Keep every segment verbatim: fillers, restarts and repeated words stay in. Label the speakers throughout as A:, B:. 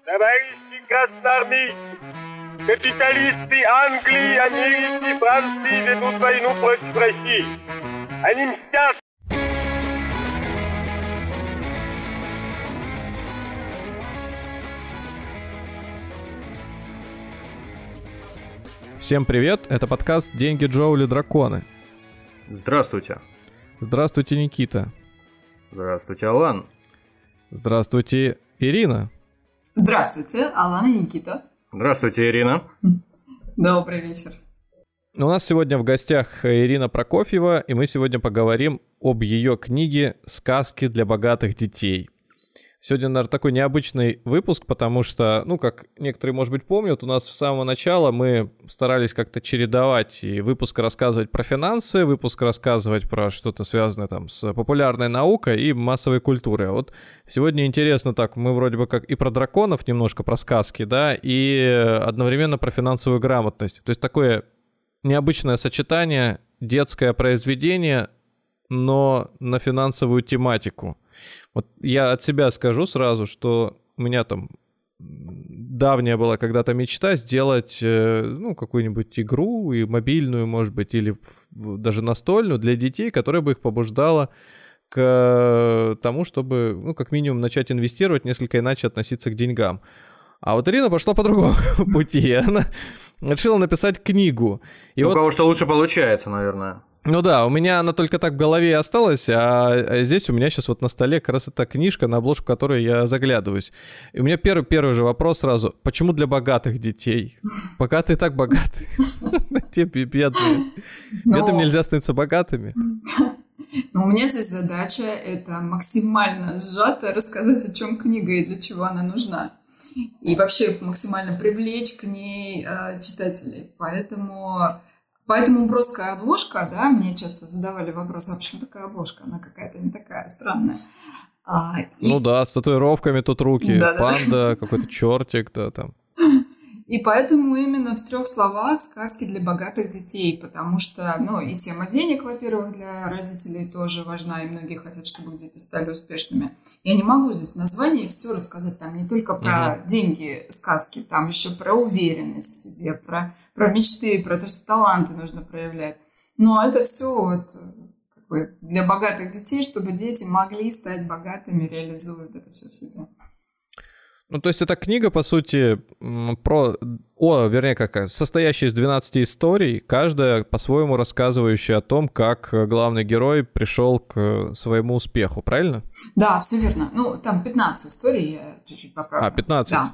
A: Товарищи красноармейцы, капиталисты Англии, Америки, Франции ведут войну против России. Они мстят.
B: Всем привет, это подкаст «Деньги, Джоули, драконы».
C: Здравствуйте.
B: Здравствуйте, Никита.
C: Здравствуйте, Алан.
B: Здравствуйте, Ирина.
D: Здравствуйте, Алан и Никита.
C: Здравствуйте, Ирина.
D: Добрый вечер.
B: У нас сегодня в гостях Ирина Прокофьева, и мы сегодня поговорим об ее книге «Сказки для богатых детей». Сегодня, наверное, такой необычный выпуск, потому что, ну, как некоторые, может быть, помнят, у нас с самого начала мы старались как-то чередовать и выпуск рассказывать про финансы, выпуск рассказывать про что-то связанное там с популярной наукой и массовой культурой. А вот сегодня интересно так, мы вроде бы как и про драконов немножко, про сказки, да, и одновременно про финансовую грамотность. То есть такое необычное сочетание, детское произведение, но на финансовую тематику. Вот я от себя скажу сразу, что у меня там давняя была когда-то мечта сделать, ну, какую-нибудь игру, и мобильную, может быть, или даже настольную для детей, которая бы их побуждала к тому, чтобы, ну, как минимум, начать инвестировать, несколько иначе относиться к деньгам. А вот Ирина пошла по другому пути. Она решила написать книгу. И
C: у
B: вот...
C: кого что лучше получается, наверное.
B: Ну да, у меня она только так в голове и осталась, а здесь у меня сейчас вот на столе как раз эта книжка, на обложку которой я заглядываюсь. И у меня первый, первый же вопрос сразу. Почему для богатых детей? Богатые так богатые. Те бедные. Бедным нельзя становиться богатыми.
D: У меня здесь задача это максимально сжато рассказать, о чем книга и для чего она нужна. И вообще максимально привлечь к ней э, читателей. Поэтому... Поэтому броская обложка, да, мне часто задавали вопрос, а почему такая обложка? Она какая-то не такая странная. А, и...
B: Ну да, с татуировками тут руки,
D: да,
B: панда,
D: да.
B: какой-то чертик, да, там.
D: И поэтому именно в трех словах сказки для богатых детей, потому что, ну, и тема денег, во-первых, для родителей тоже важна, и многие хотят, чтобы их дети стали успешными. Я не могу здесь в названии все рассказать, там не только про угу. деньги сказки, там еще про уверенность в себе, про, про мечты, про то, что таланты нужно проявлять. Но это все вот как бы для богатых детей, чтобы дети могли стать богатыми, реализуя это все в себе.
B: Ну, то есть это книга, по сути, про, о, вернее, как, состоящая из двенадцати историй, каждая по-своему рассказывающая о том, как главный герой пришел к своему успеху, правильно?
D: Да, все верно. Ну, там пятнадцать историй, я чуть-чуть поправлю.
B: А, пятнадцать?
D: Да.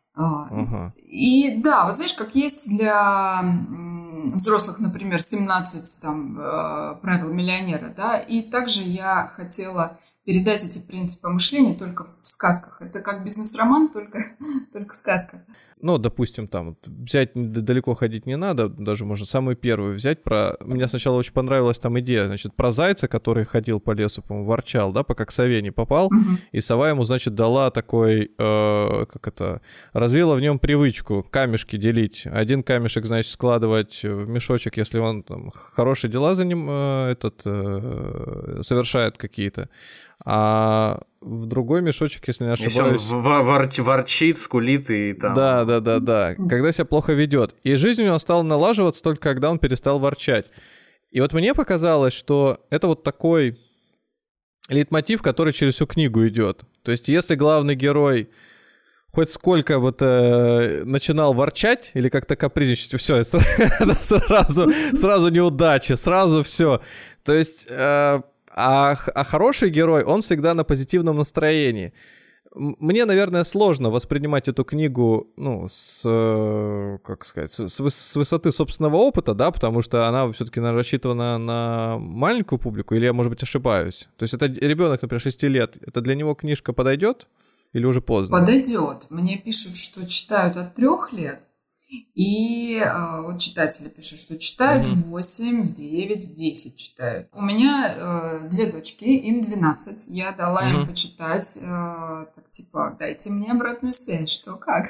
B: Ага.
D: И да, вот знаешь, как есть для взрослых, например, семнадцать там, правил миллионера, да, и также я хотела... передать эти принципы мышления только в сказках. Это как бизнес-роман, только, только сказка.
B: Ну, допустим, там, взять далеко ходить не надо, даже можно самую первую взять. Про... Мне сначала очень понравилась там идея, значит, про зайца, который ходил по лесу, по-моему, ворчал, да, пока к сове не попал, uh-huh. и сова ему, значит, дала такой, э, как это, развила в нем привычку камешки делить. Один камешек, значит, складывать в мешочек, если он там хорошие дела за ним э, этот, э, совершает какие-то. А в другой мешочек, если не ошибаюсь...
C: Если он вор- ворчит, скулит и там...
B: Да, да, да, да. Когда себя плохо ведет. И жизнь у него стала налаживаться только когда он перестал ворчать. И вот мне показалось, что это вот такой лейтмотив, который через всю книгу идет. То есть если главный герой хоть сколько вот э, начинал ворчать или как-то капризничать, все, сразу, сразу неудача, сразу все. То есть... Э, А, а хороший герой, он всегда на позитивном настроении. Мне, наверное, сложно воспринимать эту книгу, ну, с, как сказать, с, с высоты собственного опыта, да, потому что она все-таки, наверное, рассчитана на маленькую публику, или я, может быть, ошибаюсь? То есть это ребенок, например, шести лет, это для него книжка подойдет или уже поздно?
D: Подойдет. Мне пишут, что читают от трех лет. И э, вот читатели пишут, что читают mm-hmm. в восемь, в девять, в десять читают. У меня э, две дочки, им двенадцать. Я дала mm-hmm. им почитать, э, так типа, дайте мне обратную связь, что как.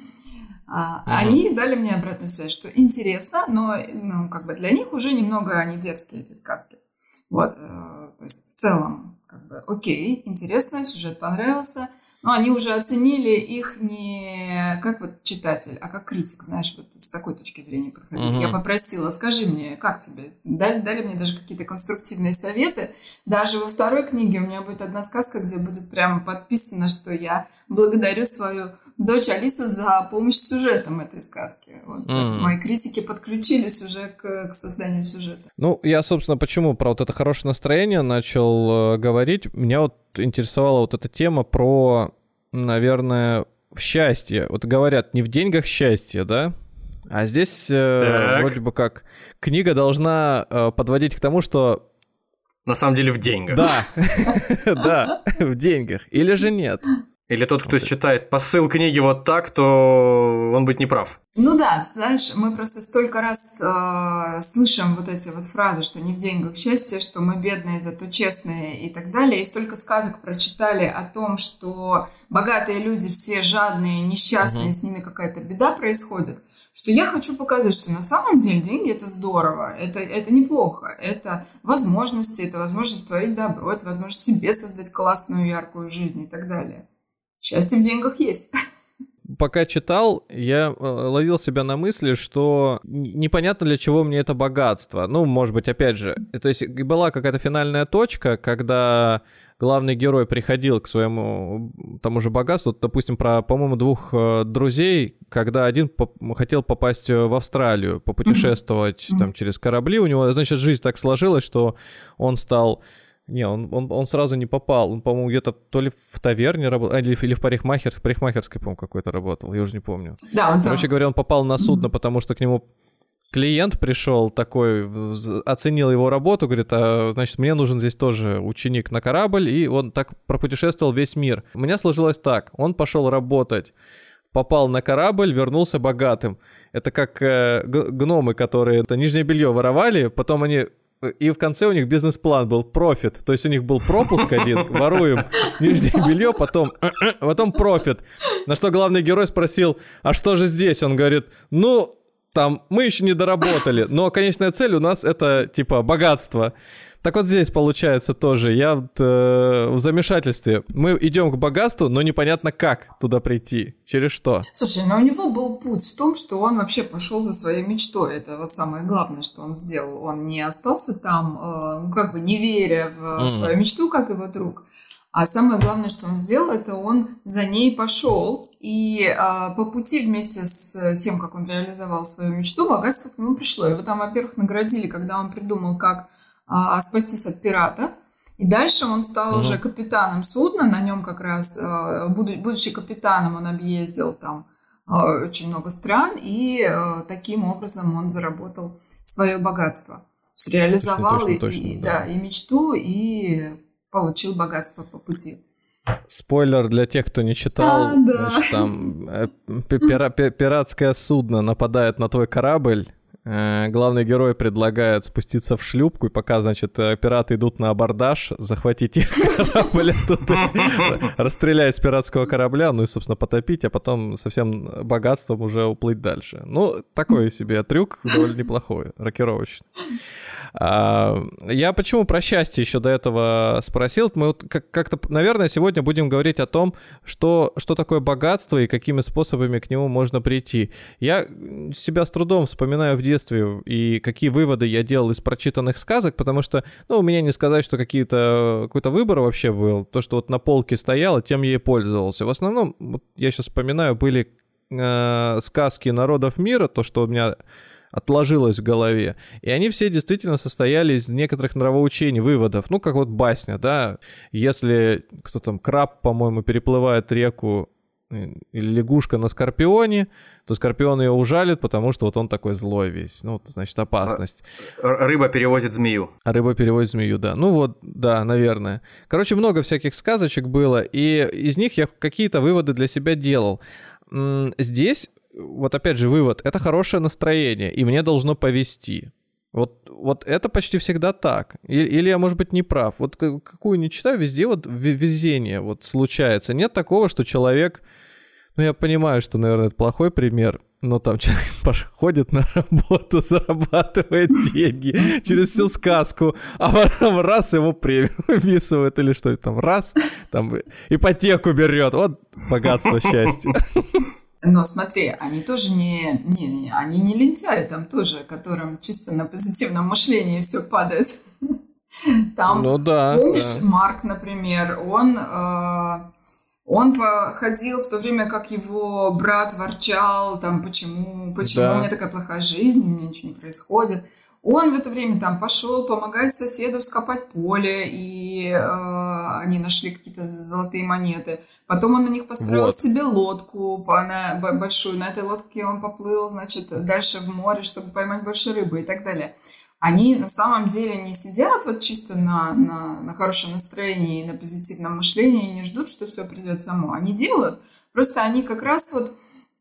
D: А, mm-hmm. Они дали мне обратную связь, что интересно, но ну, как бы для них уже немного они детские, эти сказки. Вот, э, то есть в целом, как бы, окей, интересно, сюжет понравился. Но они уже оценили их не как вот читатель, а как критик, знаешь, вот с такой точки зрения подходили. Mm-hmm. Я попросила, скажи мне, как тебе? Дали, дали мне даже какие-то конструктивные советы. Даже во второй книге у меня будет одна сказка, где будет прямо подписано, что я благодарю свою дочь Алису за помощь с сюжетом этой сказки. Вот, mm. Мои критики подключились уже к, к созданию сюжета.
B: Ну, я, собственно, почему про вот это хорошее настроение начал э, говорить. Меня вот интересовала вот эта тема про, наверное, счастье. Вот говорят, не в деньгах счастье, да? А здесь э, вроде бы как книга должна э, подводить к тому, что...
C: На самом деле в деньгах.
B: Да, да, в деньгах. Или же нет?
C: Или тот, кто считает посыл книги вот так, то он быть не прав.
D: Ну да, знаешь, мы просто столько раз э, слышим вот эти вот фразы, что не в деньгах счастье, что мы бедные, зато честные и так далее. И столько сказок прочитали о том, что богатые люди все жадные, несчастные, угу. с ними какая-то беда происходит, что я хочу показать, что на самом деле деньги – это здорово, это, это неплохо, это возможности, это возможность творить добро, это возможность себе создать классную, яркую жизнь и так далее. Счастье в деньгах есть.
B: Пока читал, я ловил себя на мысли, что непонятно, для чего мне это богатство. Ну, может быть, опять же, то есть была какая-то финальная точка, когда главный герой приходил к своему тому же богатству, допустим, про, по-моему, двух друзей, когда один поп- хотел попасть в Австралию, попутешествовать mm-hmm. там через корабли, у него, значит, жизнь так сложилась, что он стал... Не, он, он, он сразу не попал. Он, по-моему, где-то то ли в таверне работал, или, или в парикмахерской, в парикмахерской, по-моему, какой-то работал, я уже не помню.
D: Да, он
B: Короче
D: там...
B: говоря, он попал на судно, потому что к нему клиент пришел такой, оценил его работу, говорит, а, значит, мне нужен здесь тоже ученик на корабль, и он так пропутешествовал весь мир. У меня сложилось так, он пошел работать, попал на корабль, вернулся богатым. Это как э, гномы, которые это нижнее белье воровали, потом они... И в конце у них бизнес-план был профит. То есть у них был пропуск один, воруем нижнее белье, потом, потом профит. На что главный герой спросил, а что же здесь? Он говорит, ну, там, мы еще не доработали, но конечная цель у нас это, типа, богатство. Так вот здесь получается тоже, я вот, э, в замешательстве. Мы идем к богатству, но непонятно как туда прийти, через что.
D: Слушай, но у него был путь в том, что он вообще пошел за своей мечтой. Это вот самое главное, что он сделал. Он не остался там, э, ну, как бы не веря в mm. свою мечту, как его друг. А самое главное, что он сделал, это он за ней пошел. И э, по пути вместе с тем, как он реализовал свою мечту, богатство к нему пришло. Его там, во-первых, наградили, когда он придумал, как а, спастись от пиратов. И дальше он стал mm-hmm. уже капитаном судна. На нем как раз, а, буду, будучи капитаном, он объездил там а, очень много стран. И а, таким образом он заработал свое богатство. Реализовал точно, точно, и, точно, да. Да, и мечту, и получил богатство по пути.
B: Спойлер для тех, кто не читал.
D: А, да.
B: Значит, там пира- пиратское судно нападает на твой корабль. Главный герой предлагает спуститься в шлюпку, и пока, значит, пираты идут на абордаж, захватить их корабль оттуда, расстрелять с пиратского корабля, ну и, собственно, потопить, а потом со всем богатством уже уплыть дальше. Ну, такой себе трюк, довольно неплохой, рокировочный. Я почему про счастье еще до этого спросил? Мы вот как-то, наверное, сегодня будем говорить о том, что, что такое богатство и какими способами к нему можно прийти. Я себя с трудом вспоминаю в детстве и какие выводы я делал из прочитанных сказок, потому что, ну, у меня не сказать, что какие-то, какой-то выбор вообще был. То, что вот на полке стояло, тем я и пользовался. В основном, вот я сейчас вспоминаю, были э, сказки народов мира, то, что у меня отложилось в голове. И они все действительно состояли из некоторых нравоучений, выводов. Ну, как вот басня, да. Если кто там, краб, по-моему, переплывает реку, или лягушка на скорпионе, то скорпион ее ужалит, потому что вот он такой злой весь. Ну, значит, опасность.
C: Рыба перевозит змею.
B: А рыба перевозит змею, да. Ну вот, да, наверное. Короче, много всяких сказочек было, и из них я какие-то выводы для себя делал. Здесь, вот опять же, вывод, это хорошее настроение, и мне должно повезти. Вот, вот это почти всегда так. Или, или я, может быть, не прав. Вот какую не читаю, везде вот везение вот случается. Нет такого, что человек... Ну, я понимаю, что, наверное, это плохой пример, но там человек ходит на работу, зарабатывает деньги через всю сказку, а потом раз его премию выписывают или что там, раз, там ипотеку берет. Вот богатство, счастье.
D: Но смотри, они тоже не, не, не, они не лентяи там тоже, которым чисто на позитивном мышлении все падает. Там,
B: ну да,
D: помнишь,
B: да.
D: Марк, например, он... Э- Он ходил в то время, как его брат ворчал, там, почему, почему
B: да.
D: у меня такая плохая жизнь, у меня ничего не происходит. Он в это время там пошел помогать соседу вскопать поле, и э, они нашли какие-то золотые монеты. Потом он на них построил вот. себе лодку на, большую. На этой лодке он поплыл, значит, дальше в море, чтобы поймать больше рыбы и так далее. Они на самом деле не сидят вот чисто на, на, на хорошем настроении и на позитивном мышлении и не ждут, что все придет само. Они делают, просто они как раз вот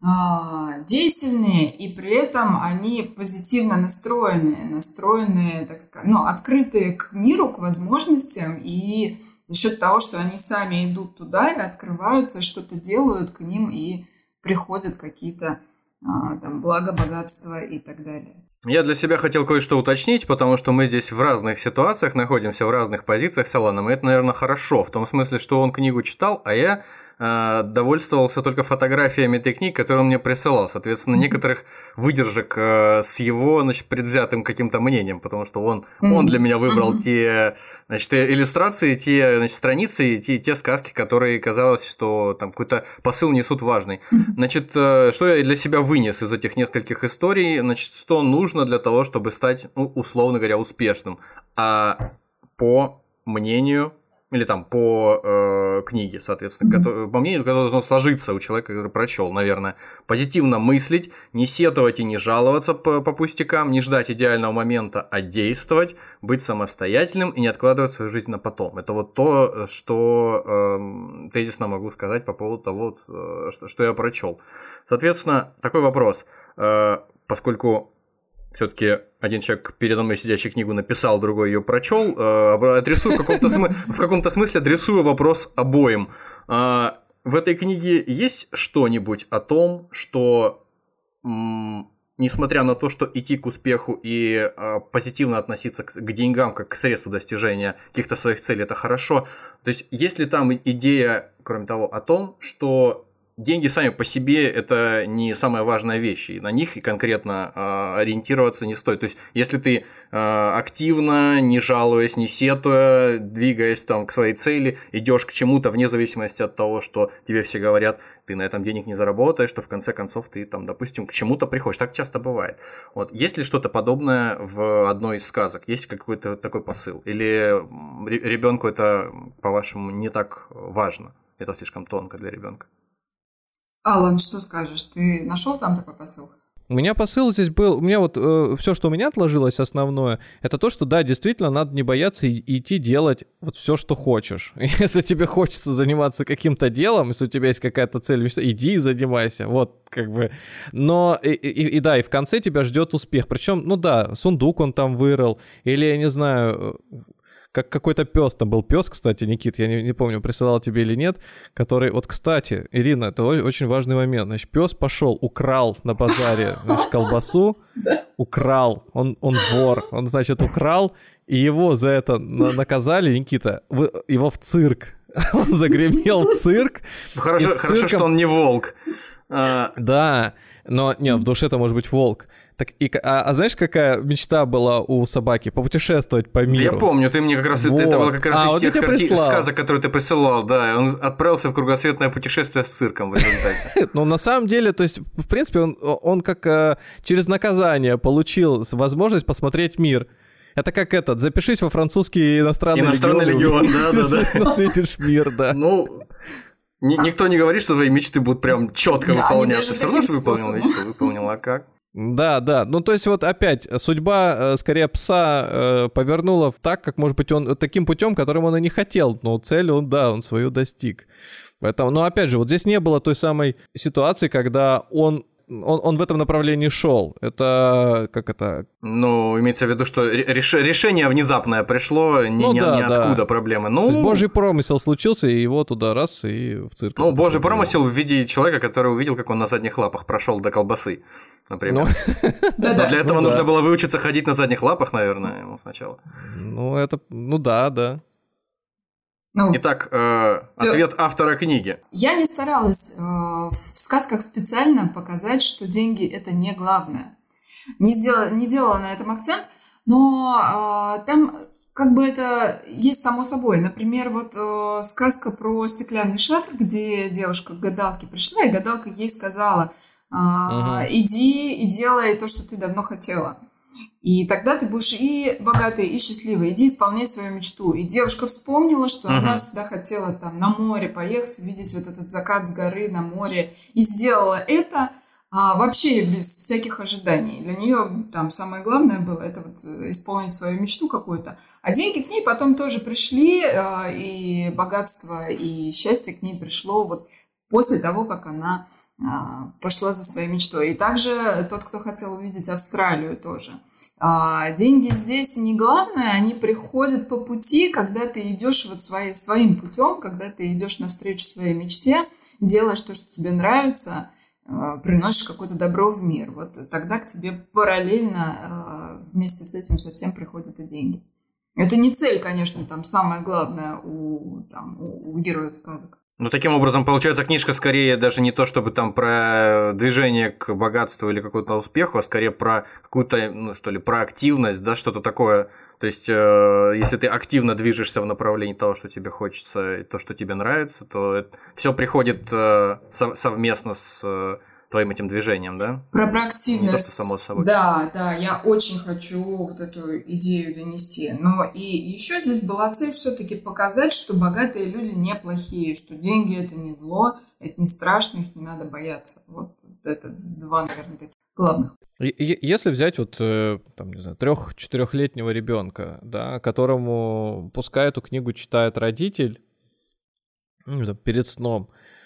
D: а, деятельные, и при этом они позитивно настроенные, настроенные, так сказать, ну, открытые к миру, к возможностям, и за счет того, что они сами идут туда и открываются, что-то делают, к ним и приходят какие-то а, там блага, богатства и так далее.
C: Я для себя хотел кое-что уточнить, потому что мы здесь в разных ситуациях находимся, в разных позициях с Аланом, и это, наверное, хорошо, в том смысле, что он книгу читал, а я э, довольствовался только фотографиями этой книги, которую он мне присылал, соответственно, некоторых выдержек э, с его, значит, предвзятым каким-то мнением, потому что он, он для меня выбрал те, значит, иллюстрации, те, значит, страницы, те, те сказки, которые казалось, что там какой-то посыл несут важный. Значит, э, что я для себя вынес из этих нескольких историй, значит, что нужно для того, чтобы стать, ну, условно говоря, успешным. А по мнению, или там по э, книге, соответственно, mm-hmm. который, по мнению, которое должно сложиться у человека, который прочел, наверное, позитивно мыслить, не сетовать и не жаловаться по, по пустякам, не ждать идеального момента, а действовать, быть самостоятельным и не откладывать свою жизнь на потом. Это вот то, что э, тезисно могу сказать по поводу того, э, что, что я прочел. Соответственно, такой вопрос. Э, поскольку все-таки один человек передо мной сидящий книгу написал, другой ее прочел, адресую в каком-то, смы- в каком-то смысле адресую вопрос обоим. В этой книге есть что-нибудь о том, что, несмотря на то, что идти к успеху и позитивно относиться к, к деньгам как к средству достижения каких-то своих целей, это хорошо. То есть, есть ли там идея, кроме того, о том, что деньги сами по себе – это не самая важная вещь, и на них и конкретно э, ориентироваться не стоит. То есть, если ты э, активно, не жалуясь, не сетуя, двигаясь там к своей цели, идешь к чему-то вне зависимости от того, что тебе все говорят, ты на этом денег не заработаешь, что в конце концов ты там, допустим, к чему-то приходишь. Так часто бывает. Вот. Есть ли что-то подобное в одной из сказок? Есть какой-то такой посыл? Или ребенку это, по-вашему, не так важно? Это слишком тонко для ребенка?
D: Алан, что скажешь? Ты нашел там такой посыл?
B: У меня посыл здесь был, у меня вот э, все, что у меня отложилось основное, это то, что да, действительно надо не бояться и, идти делать вот все, что хочешь. Если тебе хочется заниматься каким-то делом, если у тебя есть какая-то цель, мечта, иди и занимайся, вот как бы. Но и, и, и да, и в конце тебя ждет успех. Причем, ну да, сундук он там вырыл, или я не знаю. Как какой-то пес, там был пес, кстати, Никит, я не, не помню, присылал тебе или нет, который, вот, кстати, Ирина, это очень важный момент, значит, пес пошел, украл на базаре, значит, колбасу, украл, он, он вор, он, значит, украл, и его за это на- наказали, Никита, его в цирк, он загремел в цирк.
C: Хорошо, хорошо, цирком... что он не волк.
B: А... Да, но, нет, в душе это может быть волк. Так, и, а, а знаешь, какая мечта была у собаки? Попутешествовать по миру.
C: Я помню, ты мне как раз... Вот. Это было как раз а, из вот тех карти... сказок, которые ты присылал, да. Он отправился в кругосветное путешествие с цирком в результате.
B: Ну, на самом деле, то есть, в принципе, он, он как э, через наказание получил возможность посмотреть мир. Это как этот, запишись во французский иностранный легион. Иностранный легион, да-да-да. Насветишь мир, да.
C: Ну... Никто не говорит, что твои мечты будут прям четко выполняться. Все равно, что выполнил мечту, выполнил, а как?
B: Да, да. Ну, то есть, вот опять, судьба, скорее, пса повернула так, как, может быть, он таким путем, которым он и не хотел. Но цель он, да, он свою достиг. Поэтому, но опять же, вот здесь не было той самой ситуации, когда он он, он в этом направлении шел. Это как это?
C: Ну, имеется в виду, что реш... решение внезапное пришло, ни,
B: ну,
C: ни,
B: да,
C: ниоткуда
B: да.
C: проблемы. Ну,
B: то есть божий промысел случился, и его туда раз, и в цирк.
C: Ну, божий промысел в виде человека, который увидел, как он на задних лапах прошел до колбасы, например. Но для этого нужно было выучиться ходить на задних лапах, наверное, ему сначала.
B: Ну, это, ну да, да.
D: Ну,
C: Итак, э, ответ автора книги.
D: Я не старалась э, в сказках специально показать, что деньги – это не главное. Не, сделала, не делала на этом акцент, но э, там как бы это есть само собой. Например, вот э, сказка про стеклянный шар, где девушка к гадалке пришла, и гадалка ей сказала, э, угу. иди и делай то, что ты давно хотела. И тогда ты будешь и богатый, и счастливый. Иди исполняй свою мечту. И девушка вспомнила, что uh-huh. она всегда хотела там на море поехать, увидеть вот этот закат с горы на море. И сделала это а, вообще без всяких ожиданий. Для нее там самое главное было это вот исполнить свою мечту какую-то. А деньги к ней потом тоже пришли, а, и богатство, и счастье к ней пришло вот после того, как она а, пошла за своей мечтой. И также тот, кто хотел увидеть Австралию тоже. А, деньги здесь не главное, они приходят по пути, когда ты идешь вот свои, своим путем, когда ты идешь навстречу своей мечте, делаешь то, что тебе нравится, а, приносишь какое-то добро в мир. Вот тогда к тебе параллельно а, вместе с этим совсем приходят и деньги. Это не цель, конечно, там самое главное у, там, у, у героев сказок.
C: Ну, таким образом, получается, книжка скорее даже не то, чтобы там про движение к богатству или какому-то успеху, а скорее про какую-то, ну, что ли, про активность, да, что-то такое. То есть, э, если ты активно движешься в направлении того, что тебе хочется, и то, что тебе нравится, то все приходит э, сов- совместно с э, твоим этим движением, да?
D: Про проактивность.
C: Не то, что само собой.
D: Да, да, я очень хочу вот эту идею донести. Но и еще здесь была цель все-таки показать, что богатые люди неплохие, что деньги – это не зло, это не страшно, их не надо бояться. Вот это два, наверное, таких главных.
B: Если взять вот, там, не знаю, трех-четырехлетнего ребенка, да, которому пускай эту книгу читает родитель, ну, там, перед сном,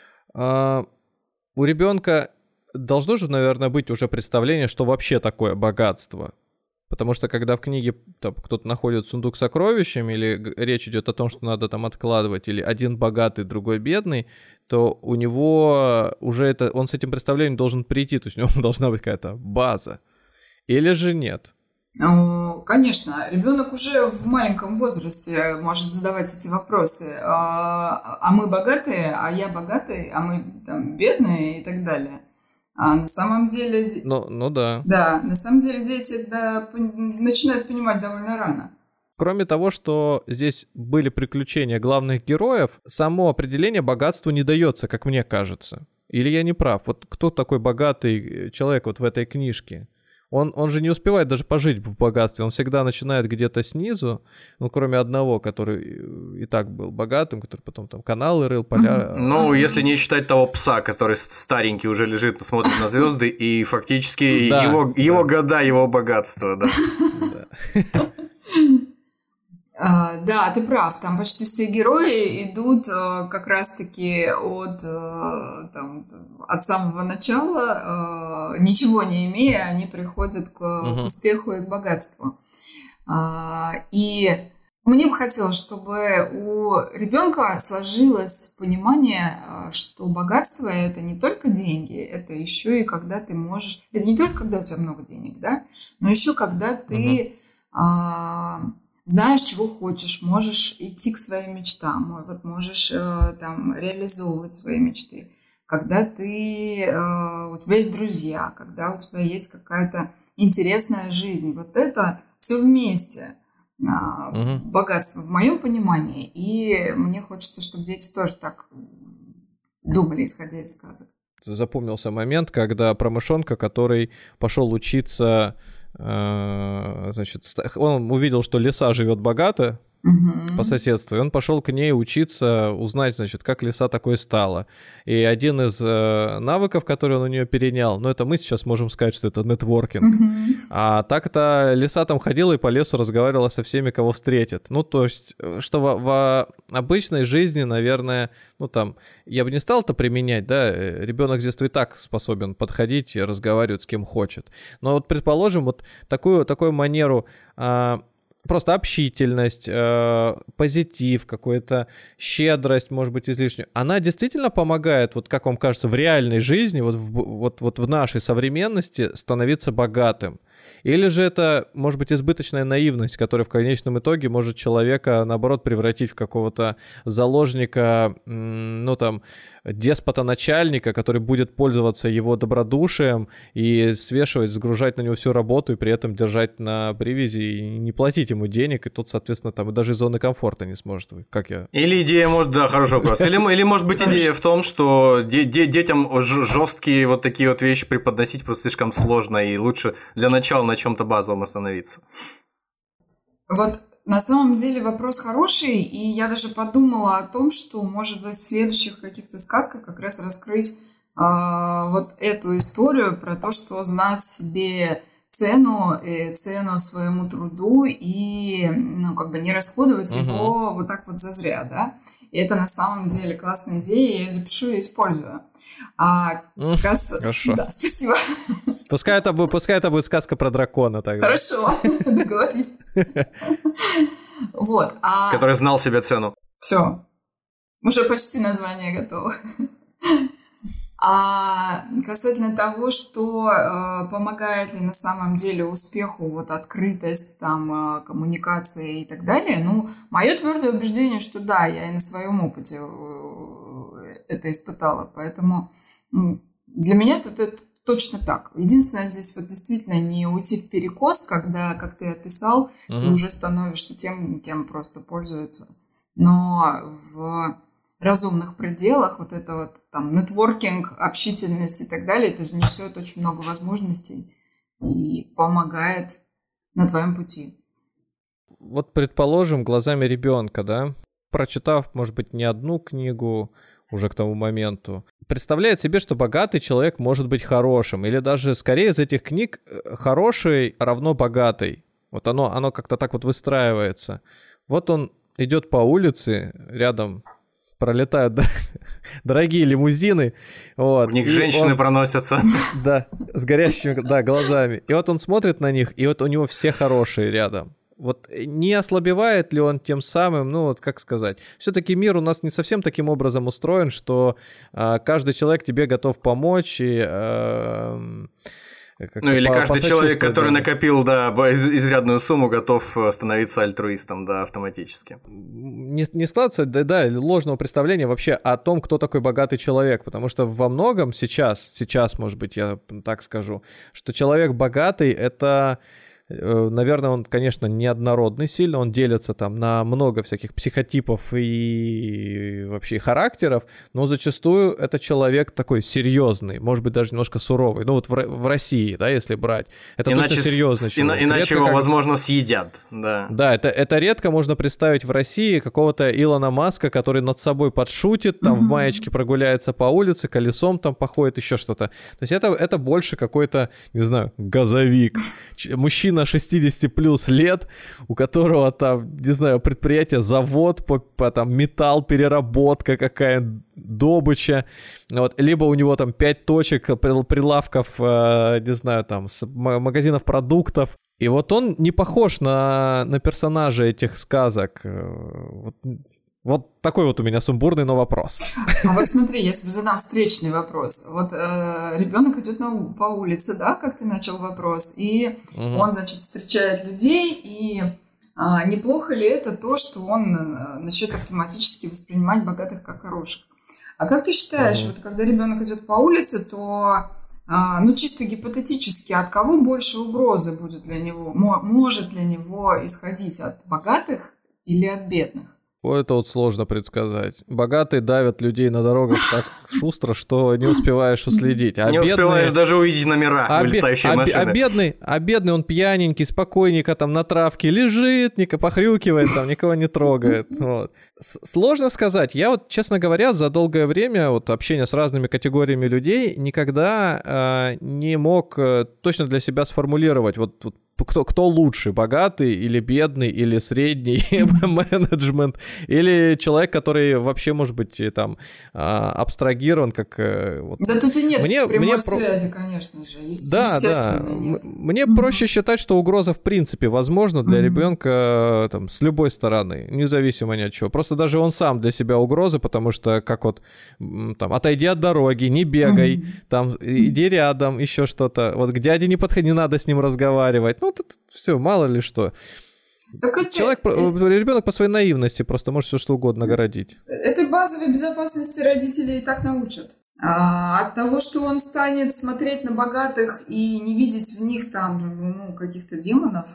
B: а у ребенка должно же, наверное, быть уже представление, что вообще такое богатство. Потому что когда в книге там, кто-то находит сундук с сокровищами, или речь идет о том, что надо там откладывать, или один богатый, другой бедный, то у него уже это, он с этим представлением должен прийти, то есть у него должна быть какая-то база. Или же нет?
D: Ну, конечно, ребенок уже в маленьком возрасте может задавать эти вопросы. А, а мы богатые, а я богатый, а мы там бедные и так далее. А на самом деле...
B: Ну, ну да.
D: Да, на самом деле дети да, начинают понимать довольно рано.
B: Кроме того, что здесь были приключения главных героев, само определение богатству не дается, как мне кажется. Или я не прав? Вот кто такой богатый человек вот в этой книжке? Он, он же не успевает даже пожить в богатстве, он всегда начинает где-то снизу, ну, кроме одного, который и так был богатым, который потом там каналы рыл, поля...
C: Ну, если не считать того пса, который старенький уже лежит, смотрит на звезды, и фактически его, его года, его богатство, да.
D: Uh, да, ты прав, там почти все герои идут uh, как раз-таки от, uh, там, от самого начала, uh, ничего не имея, они приходят к, uh-huh. к успеху и к богатству. Uh, и мне бы хотелось, чтобы у ребенка сложилось понимание, что богатство – это не только деньги, это еще и когда ты можешь… Это не только когда у тебя много денег, да, но еще когда ты… Uh-huh. Uh, знаешь, чего хочешь, можешь идти к своим мечтам, вот можешь э, там реализовывать свои мечты. Когда ты, э, у тебя есть друзья, когда у тебя есть какая-то интересная жизнь, вот это все вместе э, угу. богатство в моем понимании. И мне хочется, чтобы дети тоже так думали, исходя из сказок.
B: Запомнился момент, когда про мышонка, который пошел учиться... Значит, он увидел, что лиса живет богато, по соседству. И он пошел к ней учиться, узнать, значит, как лиса такой стала. И один из э, навыков, который он у нее перенял, ну, это мы сейчас можем сказать, что это нетворкинг. Mm-hmm. А так-то лиса там ходила и по лесу разговаривала со всеми, кого встретит. Ну, то есть, что в, в обычной жизни, наверное, ну, там, я бы не стал это применять, да, ребенок с детства и так способен подходить и разговаривать с кем хочет. Но вот, предположим, вот такую, такую манеру... А, просто общительность, э, позитив, какую-то щедрость, может быть, излишнюю. Она действительно помогает, вот как вам кажется, в реальной жизни, вот в, вот, вот в нашей современности становиться богатым? Или же это, может быть, избыточная наивность, которая в конечном итоге может человека, наоборот, превратить в какого-то заложника, ну, там, деспота-начальника, который будет пользоваться его добродушием и свешивать, сгружать на него всю работу и при этом держать на привязи и не платить ему денег, и тот, соответственно, там даже из зоны комфорта не сможет. Как я?
C: Или идея, может, да, хороший вопрос. Или, или может быть, идея в том, что де- де- детям жесткие вот такие вот вещи преподносить просто слишком сложно, и лучше для начала на чем-то базовом остановиться.
D: Вот на самом деле вопрос хороший, и я даже подумала о том, что, может быть, в следующих каких-то сказках как раз раскрыть э, вот эту историю про то, что знать себе цену, и цену своему труду и, ну, как бы не расходовать угу. его вот так вот зазря, да. И это на самом деле классная идея, я ее запишу и использую. А, кас...
B: Хорошо.
D: Да, спасибо.
B: Пускай это, будет, пускай это будет сказка про дракона тогда.
D: Хорошо, договорились. Вот. А...
C: Который знал себе цену.
D: Все. Уже почти название готово. А касательно того, что э, помогает ли на самом деле успеху вот открытость, там, э, коммуникация и так далее, ну, мое твердое убеждение, что да, я и на своем опыте э, это испытала, поэтому э, для меня тут это точно так. Единственное, здесь вот действительно не уйти в перекос, когда, как ты описал, mm-hmm. ты уже становишься тем, кем просто пользуются. Но в разумных пределах вот это вот там нетворкинг, общительность и так далее, это же несет очень много возможностей и помогает на твоем пути.
B: Вот, предположим, глазами ребенка, да, прочитав, может быть, не одну книгу уже к тому моменту, представляет себе, что богатый человек может быть хорошим, или даже скорее из этих книг хороший равно богатый. Вот оно, оно как-то так вот выстраивается. Вот он идет по улице, рядом пролетают дорогие лимузины. Вот.
C: В них и женщины он, проносятся.
B: Да, с горящими да, глазами. И вот он смотрит на них, и вот у него все хорошие рядом. Вот не ослабевает ли он тем самым, ну вот как сказать, все-таки мир у нас не совсем таким образом устроен, что э, каждый человек тебе готов помочь и... Э,
C: ну или каждый человек, который даже накопил, да, изрядную сумму, готов становиться альтруистом, да, автоматически.
B: Не, не складывается, да, да, ложного представления вообще о том, кто такой богатый человек, потому что во многом сейчас, сейчас, может быть, я так скажу, что человек богатый — это... Наверное, он, конечно, неоднородный сильно, он делится там на много всяких психотипов и вообще характеров, но зачастую это человек такой серьезный, может быть, даже немножко суровый. Ну вот в, в России, да, если брать, это иначе, точно серьезный человек.
C: Иначе редко, его,
B: как...
C: возможно, съедят, да.
B: Да, это, это редко можно представить в России какого-то Илона Маска, который над собой подшутит, там mm-hmm. в маечке прогуляется по улице, колесом там походит, еще что-то. То есть это, это больше какой-то, не знаю, газовик, мужчина шестьдесят плюс лет, у которого там, не знаю, предприятие, завод по, по там металл, переработка какая, добыча, вот, либо у него там пять точек прилавков, э, не знаю, там, с магазинов продуктов, и вот он не похож на, на персонажа этих сказок. Вот, вот такой вот у меня сумбурный, но вопрос.
D: А вот смотри, я тебе задам встречный вопрос. Вот э, ребенок идет на, по улице, да, как ты начал вопрос, и угу. он, значит, встречает людей, и а, неплохо ли это то, что он а, начнет автоматически воспринимать богатых как хороших? А как ты считаешь, угу. вот когда ребенок идет по улице, то, а, ну, чисто гипотетически, от кого больше угрозы будет для него, может для него исходить от богатых или от бедных?
B: Это вот сложно предсказать. Богатые давят людей на дорогах так шустро, что не успеваешь уследить. А
C: не
B: бедные...
C: успеваешь даже увидеть номера
B: а
C: вылетающей
B: бе...
C: машины.
B: А, а, бедный, а бедный, он пьяненький, спокойненько там на травке лежит, не похрюкивает, там никого не трогает. Вот. Сложно сказать. Я вот, честно говоря, за долгое время вот, общения с разными категориями людей никогда э, не мог э, точно для себя сформулировать, вот, вот кто, кто лучше, богатый или бедный, или средний менеджмент, или человек, который вообще, может быть, там абстрагирован, как... Вот.
D: Да тут и нет
B: мне,
D: прямой
B: мне
D: связи, про... конечно же. Есть,
B: да, да.
D: Нет.
B: Мне mm-hmm. проще считать, что угроза в принципе возможна для mm-hmm. ребенка там, с любой стороны, независимо ни от чего. Просто даже он сам для себя угроза, потому что как вот там, отойди от дороги, не бегай, mm-hmm. там, иди рядом, еще что-то. Вот к дяде не подходи, не надо с ним разговаривать. Ну, тут все, мало ли что. Это, Человек, это, ребенок по своей наивности просто может все что угодно городить.
D: Этой базовой безопасности родители и так научат. А от того, что он станет смотреть на богатых и не видеть в них там ну, каких-то демонов,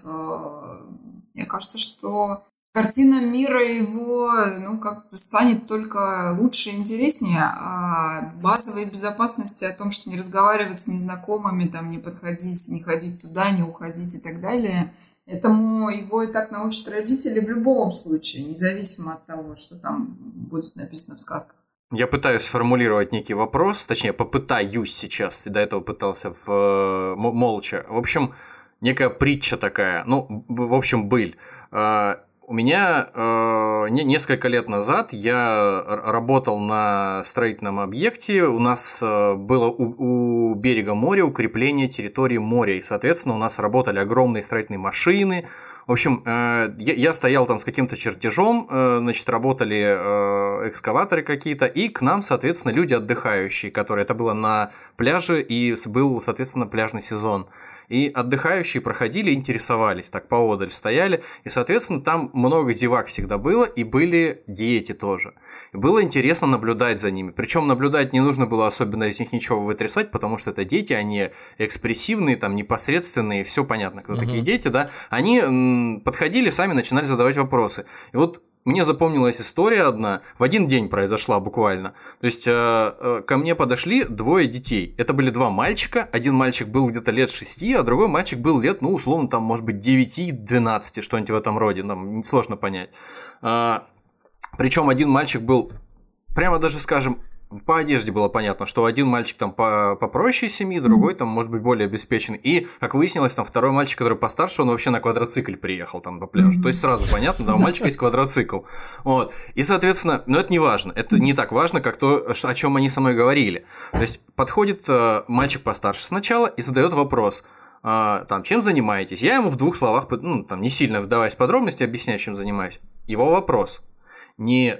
D: мне кажется, что картина мира его ну, как бы станет только лучше и интереснее. А базовой безопасности о том, что не разговаривать с незнакомыми, там, не подходить, не ходить туда, не уходить и так далее, этому его и так научат родители в любом случае, независимо от того, что там будет написано в сказках.
C: Я пытаюсь сформулировать некий вопрос, точнее, попытаюсь сейчас, и до этого пытался в, молча. В общем, некая притча такая, ну, в общем, быль. У меня э, несколько лет назад я работал на строительном объекте, у нас э, было у, у берега моря укрепление территории моря, и, соответственно, у нас работали огромные строительные машины. В общем, э, я, я стоял там с каким-то чертежом, э, значит, работали э, экскаваторы какие-то, и к нам, соответственно, люди отдыхающие, которые это было на пляже, и был, соответственно, пляжный сезон. И отдыхающие проходили, интересовались, так поодаль стояли, и, соответственно, там много зевак всегда было, и были дети тоже. И было интересно наблюдать за ними. Причем наблюдать не нужно было особенно из них ничего вытрясать, потому что это дети, они экспрессивные, там, непосредственные, все понятно, кто uh-huh. такие дети, да. Они м- подходили, сами начинали задавать вопросы. И вот мне запомнилась история одна, в один день произошла буквально. То есть э, э, ко мне подошли двое детей. Это были два мальчика. Один мальчик был где-то лет шести, а другой мальчик был лет, ну, условно, там, может быть, девяти-двенадцати, что-нибудь в этом роде. Нам сложно понять. Э, причем один мальчик был, прямо даже, скажем, по одежде было понятно, что один мальчик там попроще семьи, другой там, может быть, более обеспеченный. И, как выяснилось, там второй мальчик, который постарше, он вообще на квадроцикле приехал там по пляжу. То есть сразу понятно, да, у мальчика есть квадроцикл. Вот. И, соответственно, но это не важно. Это не так важно, как то, о чем они со мной говорили. То есть подходит мальчик постарше сначала и задает вопрос. Там, чем занимаетесь? Я ему в двух словах, ну, там, не сильно вдаваясь в подробности, объясняю, чем занимаюсь. Его вопрос не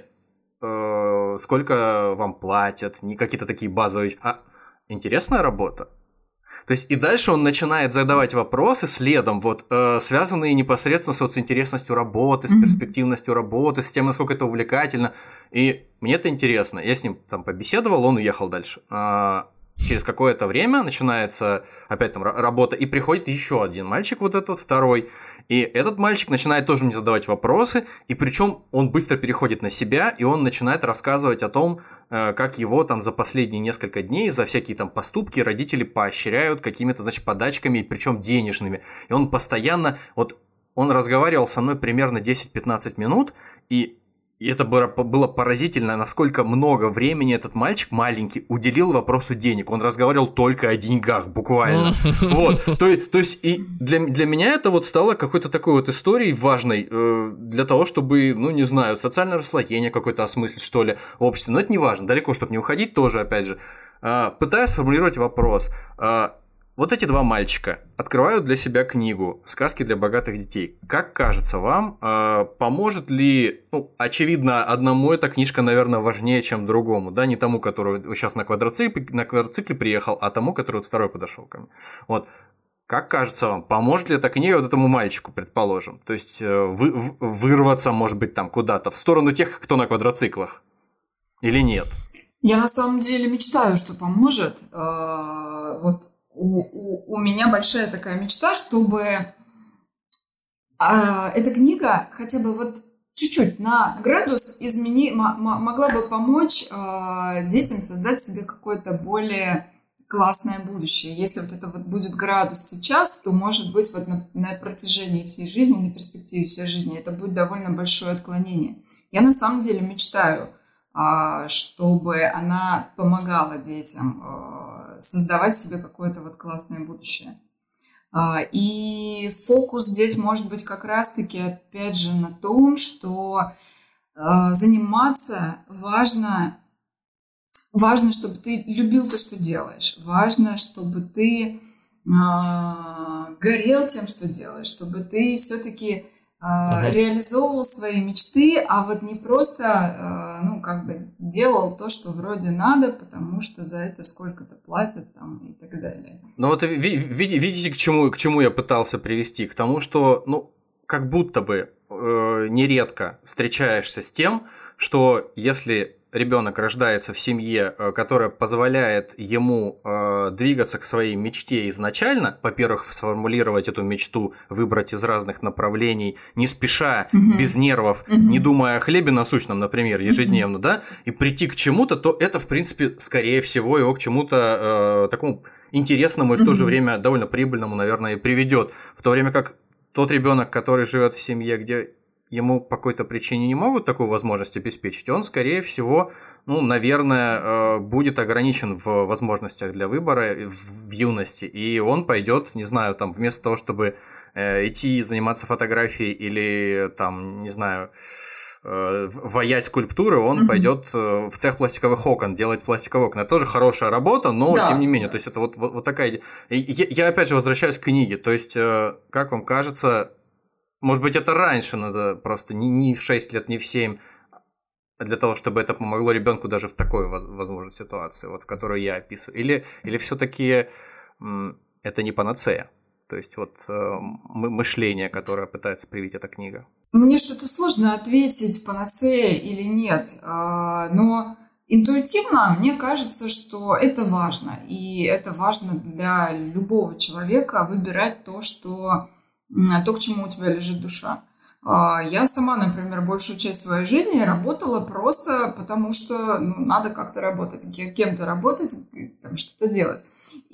C: сколько вам платят, не какие-то такие базовые, а интересная работа. То есть и дальше он начинает задавать вопросы следом, вот, э, связанные непосредственно с, вот, с интересностью работы, с перспективностью работы, с тем, насколько это увлекательно. И мне это интересно. Я с ним там побеседовал, он уехал дальше. А через какое-то время начинается опять там работа, и приходит еще один мальчик, вот этот второй. И этот мальчик начинает тоже мне задавать вопросы, и причем он быстро переходит на себя, и он начинает рассказывать о том, как его там за последние несколько дней за всякие там поступки родители поощряют какими-то, значит, подачками, причем денежными. И он постоянно, вот он разговаривал со мной примерно десять-пятнадцать минут, и И это было поразительно, насколько много времени этот мальчик маленький уделил вопросу денег. Он разговаривал только о деньгах, буквально. Вот. То, то есть, и для, для меня это вот стало какой-то такой вот историей важной э, для того, чтобы, ну, не знаю, социальное расслоение какое-то осмыслить, что ли, в обществе. Но это не важно. Далеко, чтобы не уходить, тоже, опять же. Э, пытаюсь сформулировать вопрос. Э, Вот эти два мальчика открывают для себя книгу «Сказки для богатых детей». Как кажется вам, э, поможет ли, ну, очевидно, одному эта книжка, наверное, важнее, чем другому, да, не тому, который сейчас на квадроцикле, на квадроцикле приехал, а тому, который вот второй подошел ко мне. Вот. Как кажется вам, поможет ли эта книга вот этому мальчику, предположим? То есть э, вы, в, вырваться, может быть, там куда-то в сторону тех, кто на квадроциклах? Или нет?
D: Я на самом деле мечтаю, что поможет. Э, вот. У, у, у меня большая такая мечта, чтобы э, эта книга хотя бы вот чуть-чуть на градус измени, м- м- могла бы помочь э, детям создать себе какое-то более классное будущее. Если вот это вот будет градус сейчас, то, может быть, вот на, на протяжении всей жизни, на перспективе всей жизни это будет довольно большое отклонение. Я на самом деле мечтаю, э, чтобы она помогала детям э, создавать себе какое-то вот классное будущее. И фокус здесь может быть как раз-таки, опять же, на том, что заниматься важно, важно, чтобы ты любил то, что делаешь, важно, чтобы ты горел тем, что делаешь, чтобы ты все-таки Uh-huh. реализовывал свои мечты, а вот не просто, ну, как бы делал то, что вроде надо, потому что за это сколько-то платят там и так далее.
C: Ну вот видите, к чему, к чему я пытался привести? К тому, что, ну, как будто бы э, нередко встречаешься с тем, что если ребенок рождается в семье, которая позволяет ему э, двигаться к своей мечте изначально, во-первых, сформулировать эту мечту, выбрать из разных направлений, не спеша, mm-hmm. без нервов, mm-hmm. не думая о хлебе насущном, например, ежедневно, mm-hmm. да, и прийти к чему-то, то это, в принципе, скорее всего, его к чему-то э, такому интересному и в mm-hmm. то же время довольно прибыльному, наверное, и приведет. В то время как тот ребенок, который живет в семье, где ему по какой-то причине не могут такую возможность обеспечить, он, скорее всего, ну, наверное, будет ограничен в возможностях для выбора в юности, и он пойдет, не знаю, там, вместо того, чтобы идти заниматься фотографией или, там, не знаю, ваять скульптуры, он mm-hmm. пойдет в цех пластиковых окон, делать пластиковые окна. Это тоже хорошая работа, но да, тем не менее, да. То есть это вот, вот, вот такая... Я, я опять же возвращаюсь к книге, то есть, как вам кажется... Может быть, это раньше надо просто не, не в шесть лет, не в семь, для того, чтобы это помогло ребенку даже в такой, возможно, ситуации, вот, в которой я описываю. Или, или все-таки это не панацея? То есть вот мышление, которое пытается привить эта книга.
D: Мне что-то сложно ответить, панацея или нет, но интуитивно мне кажется, что это важно. И это важно для любого человека выбирать то, что... то, к чему у тебя лежит душа. Я сама, например, большую часть своей жизни работала просто потому, что ну, надо как-то работать, кем-то работать, там, что-то делать.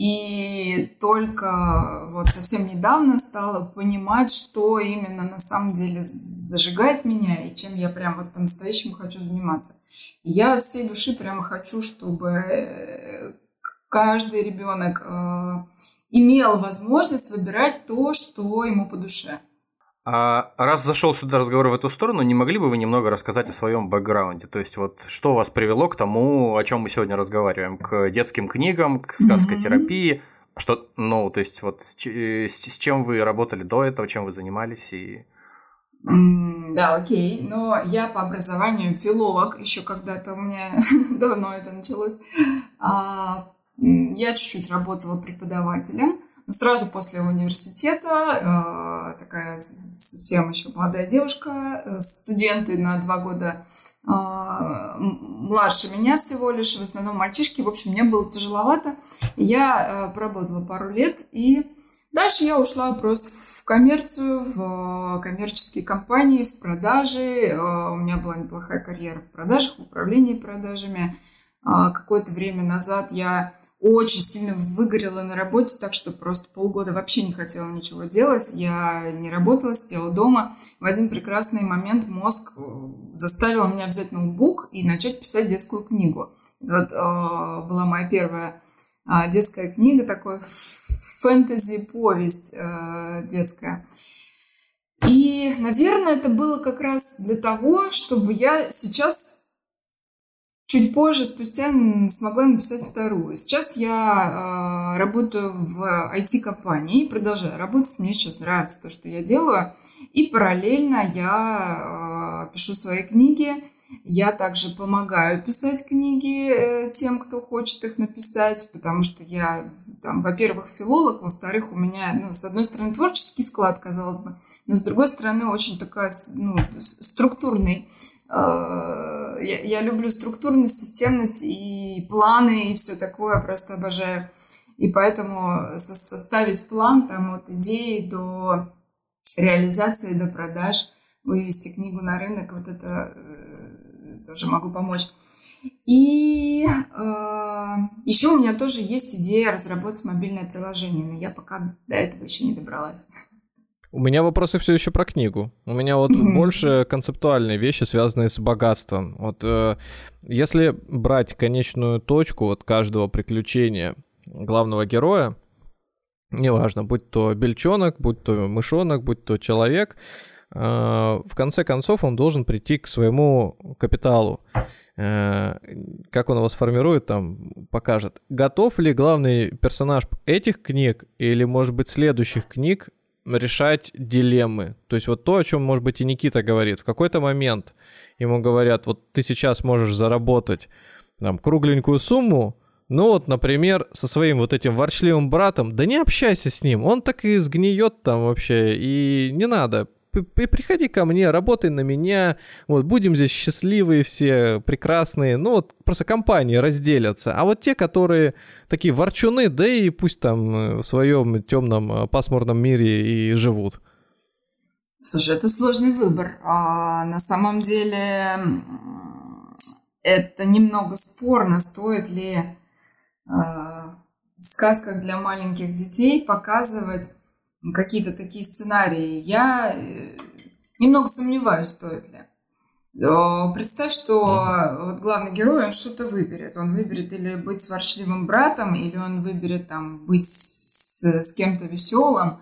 D: И только вот совсем недавно стала понимать, что именно на самом деле зажигает меня и чем я прям вот по-настоящему хочу заниматься. И я от всей души прямо хочу, чтобы каждый ребенок имел возможность выбирать то, что ему по душе.
C: А раз зашел сюда разговор в эту сторону, не могли бы вы немного рассказать о своем бэкграунде? То есть, вот что вас привело к тому, о чем мы сегодня разговариваем? К детским книгам, к сказкотерапии? Mm-hmm. Что, ну, то есть, вот с, с чем вы работали до этого, чем вы занимались? И...
D: Mm, да, окей. Но я по образованию филолог, еще когда-то у меня давно это началось. Я чуть-чуть работала преподавателем, но сразу после университета, э, такая совсем еще молодая девушка, студенты на два года э, младше меня всего лишь, в основном мальчишки, в общем, мне было тяжеловато. Я э, поработала пару лет, и дальше я ушла просто в коммерцию, в коммерческие компании, в продажи. Э, у меня была неплохая карьера в продажах, в управлении продажами. Э, какое-то время назад я очень сильно выгорела на работе, так что просто полгода вообще не хотела ничего делать. Я не работала, сидела дома. В один прекрасный момент мозг заставил меня взять ноутбук и начать писать детскую книгу. Вот э, была моя первая э, детская книга, такой фэнтези-повесть э, детская. И, наверное, это было как раз для того, чтобы я сейчас... Чуть позже, спустя, смогла написать вторую. Сейчас я э, работаю в ай ти-компании, продолжаю работать. Мне сейчас нравится то, что я делаю. И параллельно я э, пишу свои книги. Я также помогаю писать книги э, тем, кто хочет их написать, потому что я, там, во-первых, филолог, во-вторых, у меня, ну, с одной стороны, творческий склад, казалось бы, но с другой стороны, очень такая, ну, структурный. Я, я люблю структурность, системность и планы, и все такое, просто обожаю. И поэтому со- составить план там, от идеи до реализации, до продаж, вывести книгу на рынок, вот это э, тоже могу помочь. И э, еще у меня тоже есть идея разработать мобильное приложение, но я пока до этого еще не добралась.
B: У меня вопросы все еще про книгу. У меня вот mm-hmm. больше концептуальные вещи, связанные с богатством. Вот э, если брать конечную точку вот каждого приключения главного героя, неважно, будь то бельчонок, будь то мышонок, будь то человек, э, в конце концов он должен прийти к своему капиталу. Как он его сформирует, там покажет. Готов ли главный персонаж этих книг или, может быть, следующих книг решать дилеммы? То есть вот то, о чем, может быть, и Никита говорит. В какой-то момент ему говорят, вот ты сейчас можешь заработать там кругленькую сумму, ну вот, например, со своим вот этим ворчливым братом, да не общайся с ним, он так и сгниет там вообще, и не надо. Приходи ко мне, работай на меня, вот, будем здесь счастливые все, прекрасные, ну вот просто компании разделятся, а вот те, которые такие ворчуны, да и пусть там в своем темном пасмурном мире и живут.
D: Слушай, это сложный выбор, а на самом деле это немного спорно, стоит ли э, в сказках для маленьких детей показывать какие-то такие сценарии. Я немного сомневаюсь, стоит ли. Представь, что mm-hmm. вот главный герой, он что-то выберет. Он выберет или быть с ворчливым братом, или он выберет там быть с, с кем-то веселым.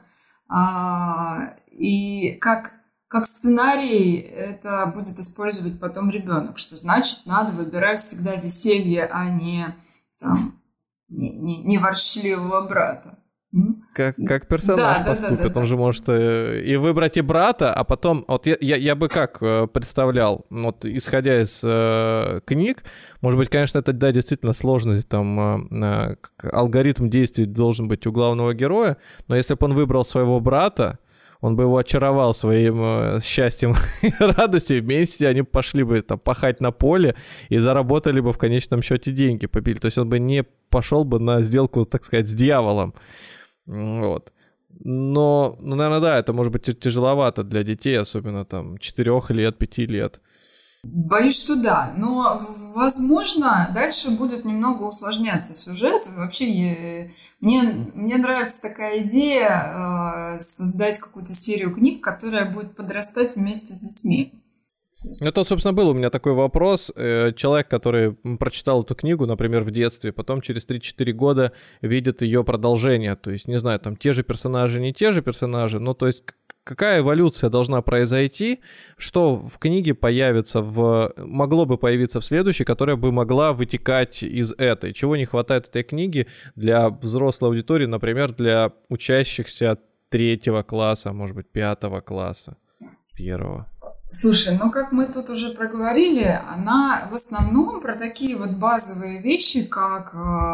D: А, и как, как сценарий это будет использовать потом ребенок. Что значит, надо выбирать всегда веселье, а не, там, не, не, не ворчливого брата.
B: Как, как персонаж да, поступит, да, да, да, он да. же может и выбрать и брата, а потом, вот я, я, я бы как представлял, вот исходя из э, книг, может быть, конечно, это, да, действительно сложность, там, э, алгоритм действий должен быть у главного героя, но если бы он выбрал своего брата, он бы его очаровал своим э, счастьем и радостью, вместе они пошли бы там пахать на поле и заработали бы в конечном счете деньги, побили, то есть он бы не пошел бы на сделку, так сказать, с дьяволом. Вот. Но, ну, наверное, да, это может быть тяжеловато для детей, особенно там четырёх лет, пяти лет.
D: Боюсь, что да, но, возможно, дальше будет немного усложняться сюжет. Вообще, мне, мне нравится такая идея э, создать какую-то серию книг, которая будет подрастать вместе с детьми.
B: Это, собственно, был у меня такой вопрос. Человек, который прочитал эту книгу, например, в детстве, потом через три-четыре года видит ее продолжение. То есть, не знаю, там те же персонажи, не те же персонажи, но то есть какая эволюция должна произойти, что в книге появится, в... могло бы появиться в следующей, которая бы могла вытекать из этой. Чего не хватает этой книги для взрослой аудитории, например, для учащихся третьего класса, может быть, пятого класса, первого.
D: Слушай, ну как мы тут уже проговорили, она в основном про такие вот базовые вещи, как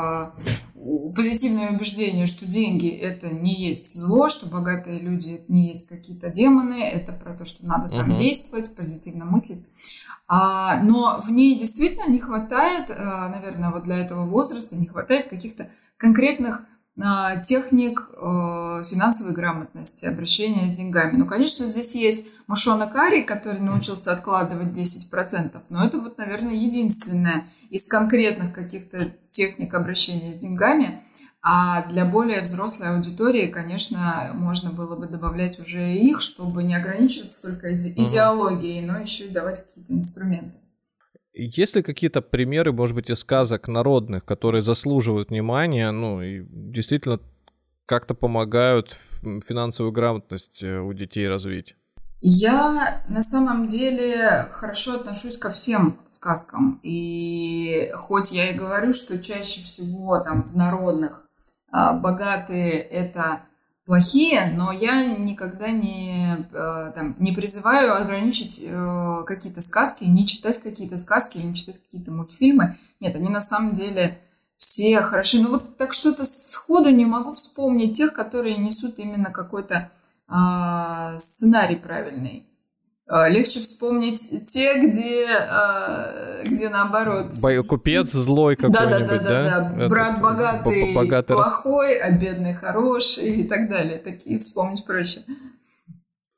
D: э, позитивное убеждение, что деньги это не есть зло, что богатые люди это не есть какие-то демоны, это про то, что надо там uh-huh. действовать, позитивно мыслить. А, но в ней действительно не хватает, а, наверное, вот для этого возраста не хватает каких-то конкретных а, техник а, финансовой грамотности, обращения с деньгами. Ну, конечно, здесь есть мышонок Ари, который научился откладывать десять процентов, но это вот, наверное, единственное из конкретных каких-то техник обращения с деньгами. А для более взрослой аудитории, конечно, можно было бы добавлять уже их, чтобы не ограничиваться только иде- идеологией, но еще и давать какие-то инструменты.
B: Есть ли какие-то примеры, может быть, из сказок народных, которые заслуживают внимания, ну и действительно как-то помогают финансовую грамотность у детей развить?
D: Я на самом деле хорошо отношусь ко всем сказкам. И хоть я и говорю, что чаще всего там в народных а, богатые это плохие, но я никогда не, а, там, не призываю ограничить а, какие-то сказки, не читать какие-то сказки или не читать какие-то мультфильмы. Нет, они на самом деле все хороши. Ну вот так что-то сходу не могу вспомнить тех, которые несут именно какой-то сценарий правильный. Легче вспомнить те, где, где наоборот...
B: Купец злой какой-нибудь, да?
D: Да-да-да. да? Брат богатый, богатый плохой, а бедный хороший и так далее. Такие вспомнить проще.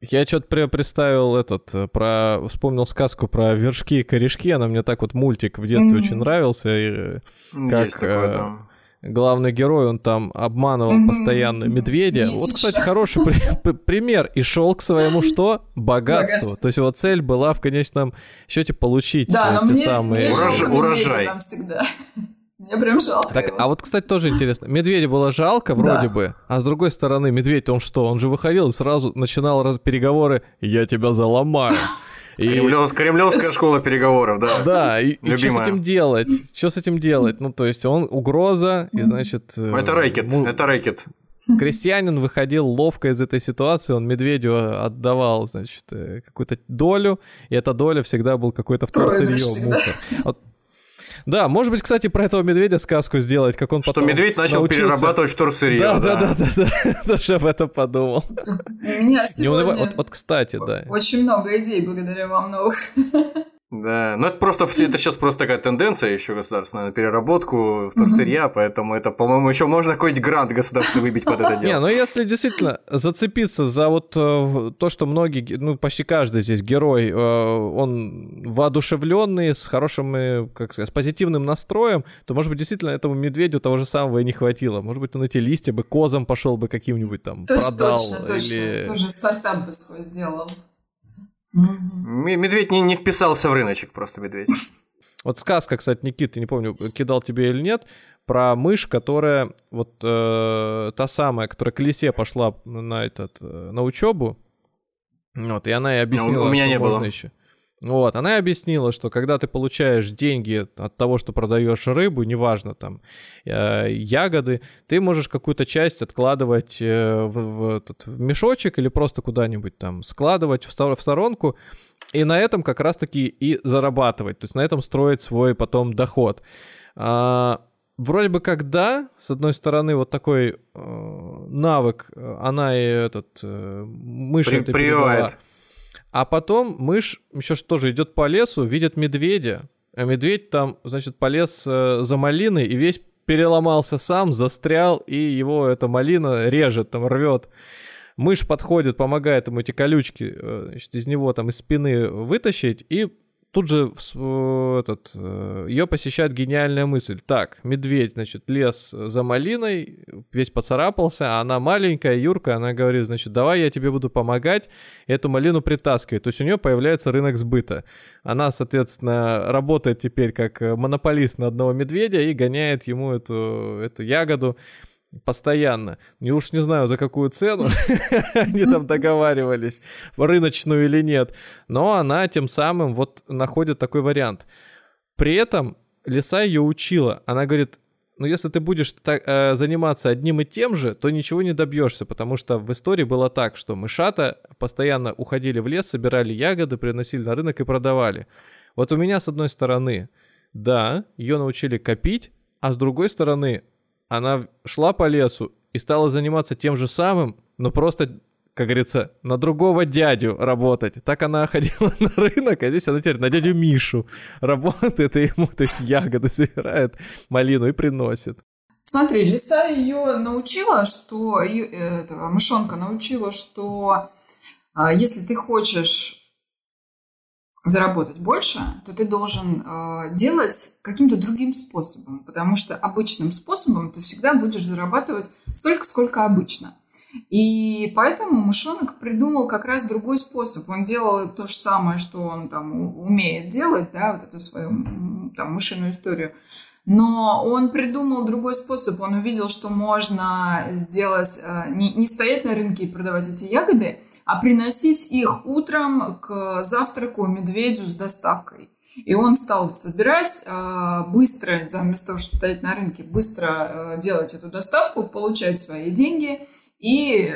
B: Я что-то представил этот, про, вспомнил сказку про вершки и корешки, она мне так вот, мультик в детстве mm-hmm. очень нравился, и как Есть такое, э, да. главный герой, он там обманывал mm-hmm. постоянно медведя. Видишь? Вот, кстати, хороший при- пример, и шел к своему что? Богатству. Богатство. То есть его цель была в конечном счете получить
D: да,
B: эти
D: мне,
B: самые...
D: Урожай. урожай. Всегда. Мне прям жалко
B: так,
D: его.
B: А вот, кстати, тоже интересно. Медведя было жалко вроде да. бы, а с другой стороны, медведь, он что? Он же выходил и сразу начинал раз- переговоры «Я тебя заломаю».
C: И... Кремлев... Кремлевская школа переговоров, да.
B: Да, и, и что с этим делать? Что с этим делать? Ну, то есть он угроза, и значит...
C: Это рэкет, ну, это рэкет.
B: Крестьянин выходил ловко из этой ситуации, он медведю отдавал, значит, какую-то долю, и эта доля всегда был какой-то вторсырье, мусор. Вот. Да, может быть, кстати, про этого медведя сказку сделать, как он
C: что
B: потом
C: медведь начал
B: научился...
C: перерабатывать вторсырье.
B: Да, да, да, да, да, тоже об этом подумал.
D: У меня сегодня
B: вот, вот, кстати, да.
D: Очень много идей благодаря вам новых.
C: Да, но это просто, это сейчас просто такая тенденция еще государственная на переработку вторсырья, поэтому это, по-моему, еще можно какой-нибудь грант государственный выбить под это дело.
B: Не, ну если действительно зацепиться за вот то, что многие, ну почти каждый здесь герой, он воодушевленный, с хорошим, как сказать, с позитивным настроем, то, может быть, действительно этому медведю того же самого и не хватило. Может быть, он эти листья бы козам пошел бы каким-нибудь там,
D: точно,
B: продал.
D: Точно,
B: или...
D: точно, тоже стартап бы свой сделал.
C: Медведь не, не вписался в рыночек, просто медведь.
B: Вот сказка, кстати, Никита, не помню, кидал тебе или нет, про мышь, которая вот э, та самая, которая к лисе пошла на этот на учебу, вот, и она и объяснила,
C: у, у меня
B: что
C: не
B: можно
C: было.
B: еще. Вот, она и объяснила, что когда ты получаешь деньги от того, что продаешь рыбу, неважно, там, э, ягоды, ты можешь какую-то часть откладывать э, в, в, этот, в мешочек или просто куда-нибудь там складывать в, стор- в сторонку, и на этом как раз-таки и зарабатывать, то есть на этом строить свой потом доход. А, вроде бы когда, с одной стороны, вот такой э, навык, она и этот, э, мышь
C: При,
B: это
C: прививает.
B: передала. А потом мышь еще что же идет по лесу, видит медведя, а медведь там, значит, полез э, за малиной и весь переломался сам, застрял, и его эта малина режет, там рвет. Мышь подходит, помогает ему эти колючки, э, значит, из него там из спины вытащить, и тут же э, этот, э, ее посещает гениальная мысль. Так, медведь, значит, лез за малиной, весь поцарапался, а она маленькая, юркая, она говорит, значит, давай я тебе буду помогать эту малину притаскивать. То есть у нее появляется рынок сбыта. Она, соответственно, работает теперь как монополист на одного медведя и гоняет ему эту, эту ягоду постоянно. Я уж не знаю, за какую цену они там договаривались, рыночную или нет, но она тем самым вот находит такой вариант. При этом лиса ее учила. Она говорит, ну если ты будешь так, э, заниматься одним и тем же, то ничего не добьешься, потому что в истории было так, что мышата постоянно уходили в лес, собирали ягоды, приносили на рынок и продавали. Вот у меня с одной стороны, да, ее научили копить, а с другой стороны, она шла по лесу и стала заниматься тем же самым, но просто, как говорится, на другого дядю работать. Так она ходила на рынок, а здесь она теперь на дядю Мишу работает, и ему, то есть, ягоды собирает, малину и приносит.
D: Смотри, лиса ее научила, что... Этого, мышонка научила, что если ты хочешь заработать больше, то ты должен э, делать каким-то другим способом, потому что обычным способом ты всегда будешь зарабатывать столько, сколько обычно. И поэтому мышонок придумал как раз другой способ. Он делал то же самое, что он там умеет делать, да, вот эту свою там мышиную историю. Но он придумал другой способ. Он увидел, что можно делать, э, не, не стоять на рынке и продавать эти ягоды, а приносить их утром к завтраку медведю с доставкой. И он стал собирать быстро, вместо того, чтобы стоять на рынке, быстро делать эту доставку, получать свои деньги. И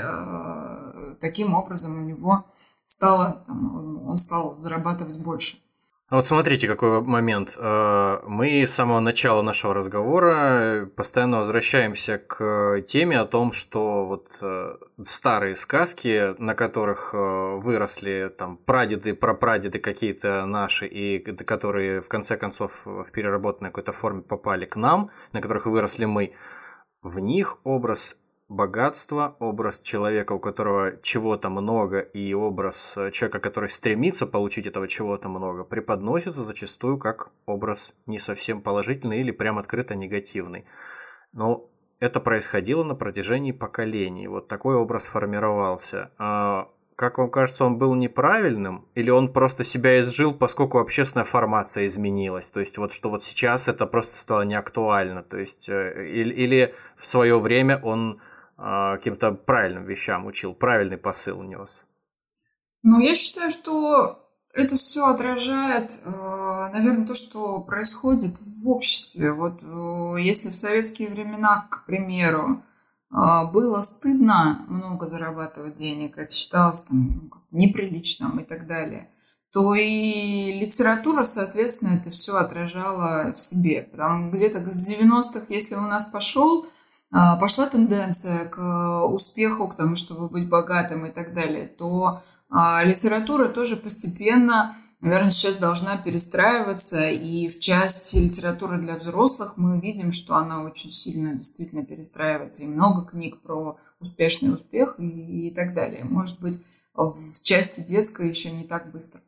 D: таким образом у него стало, он стал зарабатывать больше.
C: Вот смотрите, какой момент. Мы с самого начала нашего разговора постоянно возвращаемся к теме о том, что вот старые сказки, на которых выросли там прадеды, прапрадеды какие-то наши, и которые в конце концов в переработанной какой-то форме попали к нам, на которых выросли мы, в них образ богатства, образ человека, у которого чего-то много, и образ человека, который стремится получить этого чего-то много, преподносится зачастую как образ не совсем положительный или прям открыто негативный. Но это происходило на протяжении поколений. Вот такой образ формировался. А как вам кажется, он был неправильным? Или он просто себя изжил, поскольку общественная формация изменилась? То есть вот что вот сейчас это просто стало неактуально. То есть или, или в свое время он а, каким-то правильным вещам учил, правильный посыл нес?
D: Ну, я считаю, что это все отражает, наверное, то, что происходит в обществе. Вот если в советские времена, к примеру, было стыдно много зарабатывать денег, это считалось там неприличным и так далее, то и литература, соответственно, это все отражала в себе. Потому где-то с девяностых, если у нас пошел, пошла тенденция к успеху, к тому, чтобы быть богатым и так далее, то литература тоже постепенно, наверное, сейчас должна перестраиваться, и в части литературы для взрослых мы видим, что она очень сильно действительно перестраивается, и много книг про успешный успех и, и так далее. Может быть, в части детской еще не так быстро.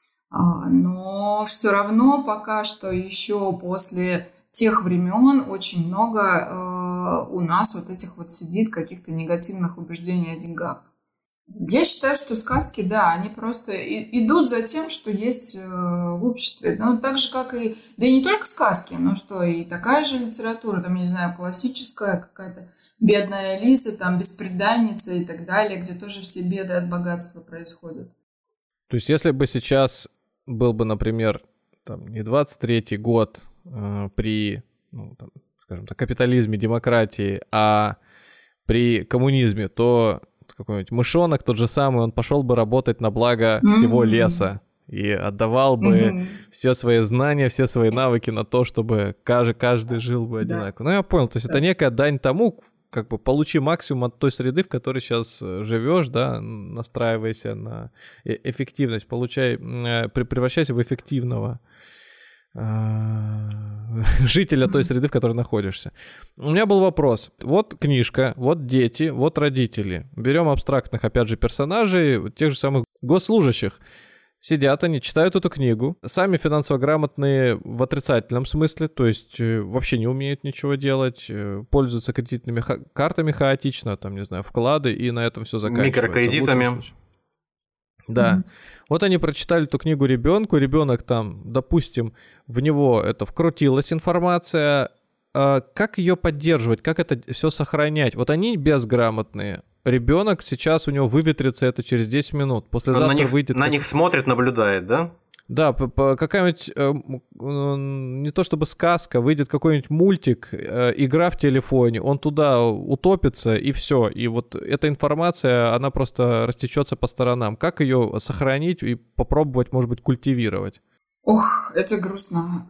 D: Но все равно пока что еще после тех времен очень много у нас вот этих вот сидит каких-то негативных убеждений о деньгах. Я считаю, что сказки, да, они просто идут за тем, что есть в обществе. Ну, так же, как и... Да и не только сказки, но что, и такая же литература, там, я не знаю, классическая какая-то «Бедная Лиза», там, «Бесприданница» и так далее, где тоже все беды от богатства происходят.
B: То есть, если бы сейчас был бы, например, там, не двадцать третий год э, при, ну, там, скажем так, капитализме, демократии, а при коммунизме, то... какой-нибудь мышонок, тот же самый, он пошел бы работать на благо mm-hmm. всего леса и отдавал бы mm-hmm. все свои знания, все свои навыки на то, чтобы каждый, каждый жил бы одинаково. Да. Ну, я понял, то есть да. это некая дань тому, как бы получи максимум от той среды, в которой сейчас живешь, да, настраивайся на эффективность, получай, превращайся в эффективного жителя той среды, в которой находишься. У меня был вопрос. Вот книжка, вот дети, вот родители. Берем абстрактных, опять же, персонажей, тех же самых госслужащих. Сидят они, читают эту книгу. Сами финансово грамотные в отрицательном смысле, то есть вообще не умеют ничего делать, пользуются кредитными ха- картами хаотично, там, не знаю, вклады, и на этом все заканчивается.
C: Микрокредитами.
B: Да.
D: Mm-hmm.
B: Вот они прочитали эту книгу ребенку, ребенок там, допустим, в него это вкрутилась информация. А как ее поддерживать, как это все сохранять? Вот они безграмотные. Ребенок сейчас у него выветрится это через десять минут. Послезавтра
C: на них,
B: выйдет.
C: На
B: как...
C: них смотрит, наблюдает, да?
B: Да, какая-нибудь, э, не то чтобы сказка, выйдет какой-нибудь мультик, э, игра в телефоне, он туда утопится, и все. И вот эта информация, она просто растечется по сторонам. Как ее сохранить и попробовать, может быть, культивировать?
D: Ох, это грустно.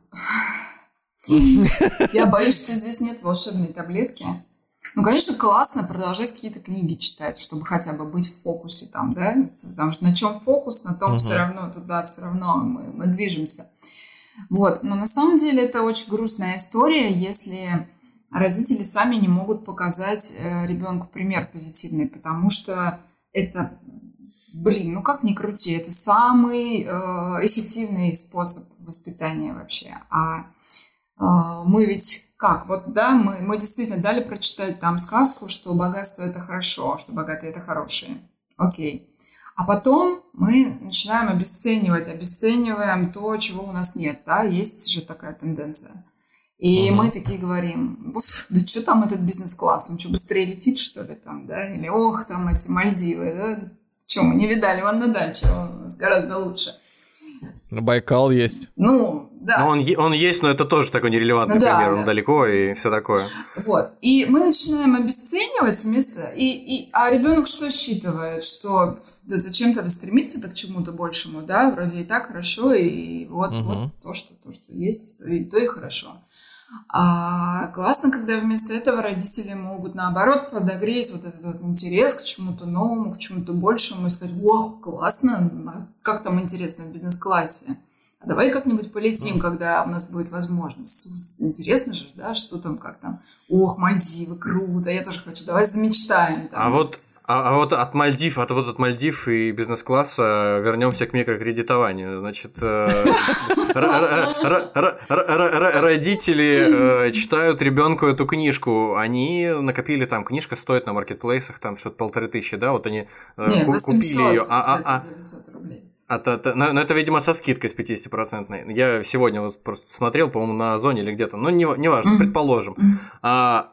D: Я боюсь, что здесь нет волшебной таблетки. Ну, конечно, классно продолжать какие-то книги читать, чтобы хотя бы быть в фокусе там, да? Потому что на чем фокус, на том uh-huh. все равно, туда все равно мы, мы движемся. Вот. Но на самом деле это очень грустная история, если родители сами не могут показать ребенку пример позитивный, потому что это, блин, ну как ни крути, это самый э, эффективный способ воспитания вообще. А э, мы ведь... Как? Вот, да, мы, мы действительно дали прочитать там сказку, что богатство – это хорошо, что богатые – это хорошие. Окей. А потом мы начинаем обесценивать, обесцениваем то, чего у нас нет, да, есть же такая тенденция. И угу. мы такие говорим, да что там этот бизнес-класс, он что, быстрее летит, что ли, там, да, или ох, там эти Мальдивы, да, что, мы не видали, вон на даче, он гораздо лучше.
B: Байкал есть.
D: Ну, да.
C: Но он, он есть, но это тоже такой нерелевантный ну, пример, да, он да. далеко и все такое.
D: Вот. И мы начинаем обесценивать вместо... И, и... А ребенок что считывает? Что да зачем тогда стремиться-то к чему-то большему, да? Вроде и так хорошо, и вот, угу. вот то, что, то, что есть, то и, то и хорошо. А классно, когда вместо этого родители могут, наоборот, подогреть вот этот вот интерес к чему-то новому, к чему-то большему и сказать, ох, классно, как там интересно в бизнес-классе. а давай как-нибудь полетим, когда у нас будет возможность. Интересно же, да, что там, как там. Ох, Мальдивы, круто, я тоже хочу, давай замечтаем. Там.
C: А вот А, а вот от Мальдив, от вот от Мальдив и бизнес-класса вернемся к микрокредитованию. Значит, родители читают ребенку эту книжку. Они накопили там, книжка стоит на маркетплейсах там что-то полторы тысячи, да? Вот они купили ее.
D: девятьсот рублей.
C: А, то, то, но, но это, видимо, со скидкой с пятьдесят процентов. Я сегодня вот просто смотрел, по-моему, на Озоне или где-то. Но не, не важно, mm-hmm. предположим. Mm-hmm. А,